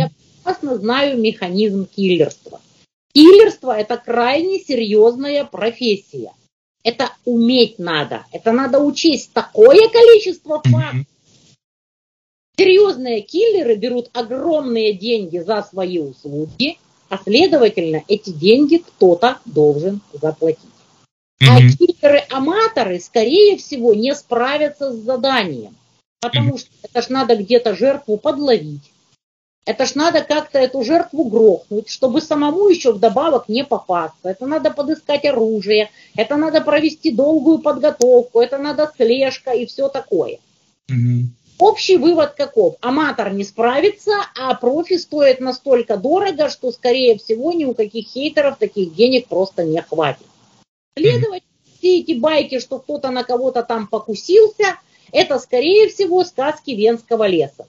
прекрасно знаю механизм киллерства. Киллерство – это крайне серьезная профессия. Это уметь надо. Это надо учесть такое количество фактов. Серьезные киллеры берут огромные деньги за свои услуги, а следовательно, эти деньги кто-то должен заплатить. А киллеры-аматоры, скорее всего, не справятся с заданием. Потому что это ж надо где-то жертву подловить. Это ж надо как-то эту жертву грохнуть, чтобы самому еще вдобавок не попасться. Это надо подыскать оружие, это надо провести долгую подготовку, это надо слежка и все такое. Mm-hmm. Общий вывод каков? Аматор не справится, а профи стоит настолько дорого, что, скорее всего, ни у каких хейтеров таких денег просто не хватит. Следовательно, mm-hmm. все эти байки, что кто-то на кого-то там покусился, это, скорее всего, сказки Венского леса.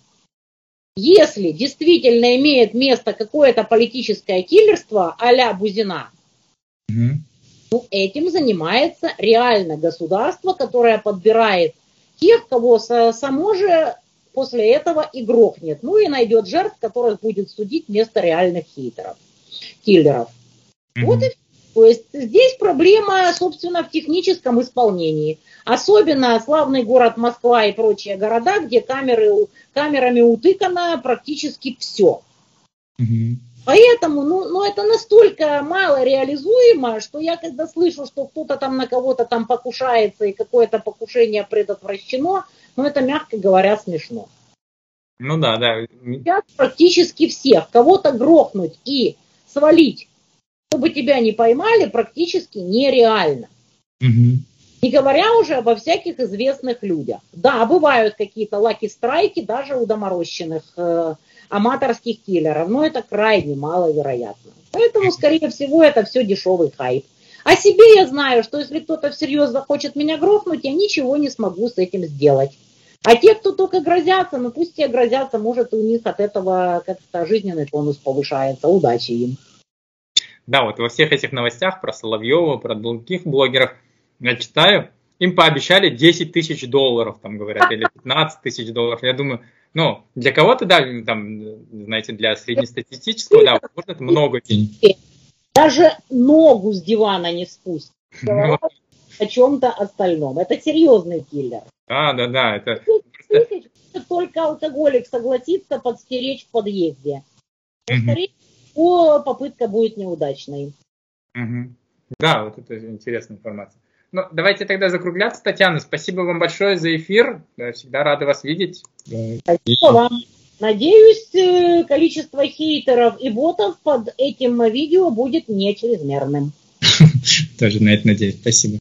Если действительно имеет место какое-то политическое киллерство а-ля Бузина, mm-hmm. ну, этим занимается реально государство, которое подбирает тех, кого само же после этого и грохнет. Ну и найдет жертв, которых будет судить вместо реальных хейтеров, киллеров. Mm-hmm. Вот и все. То есть здесь проблема, собственно, в техническом исполнении. Особенно славный город Москва и прочие города, где камеры, камерами утыкано практически все. Mm-hmm. Поэтому, ну, ну, это настолько мало реализуемо, что я когда слышу, что кто-то там на кого-то там покушается и какое-то покушение предотвращено, ну, это, мягко говоря, смешно. Ну да, да. Сейчас практически всех. Кого-то грохнуть и свалить, чтобы тебя не поймали, практически нереально. Mm-hmm. Не говоря уже обо всяких известных людях. Да, бывают какие-то лаки-страйки даже у доморощенных э, аматорских киллеров, но это крайне маловероятно. Поэтому, скорее всего, это все дешевый хайп. О себе я знаю, что если кто-то всерьез захочет меня грохнуть, я ничего не смогу с этим сделать. А те, кто только грозятся, ну пусть те грозятся, может у них от этого как-то жизненный тонус повышается. Удачи им. Да, вот во всех этих новостях про Соловьева, про других блогеров, я читаю, им пообещали десять тысяч долларов, там говорят, или пятнадцать тысяч долларов. Я думаю, ну, для кого-то, да, там, знаете, для среднестатистического, да, может, это много денег. Даже ногу с дивана не спустят. Говорят о чем-то остальном. Это серьезный киллер. Да, да, да. Это тысяч только алкоголик согласится подстеречь в подъезде. Но, скорее всего, попытка будет неудачной. Да, вот это интересная информация. Ну, давайте тогда закругляться, Татьяна. Спасибо вам большое за эфир. Я всегда рада вас видеть. Спасибо вам. Надеюсь, количество хейтеров и ботов под этим видео будет не чрезмерным. Тоже на это надеюсь. Спасибо.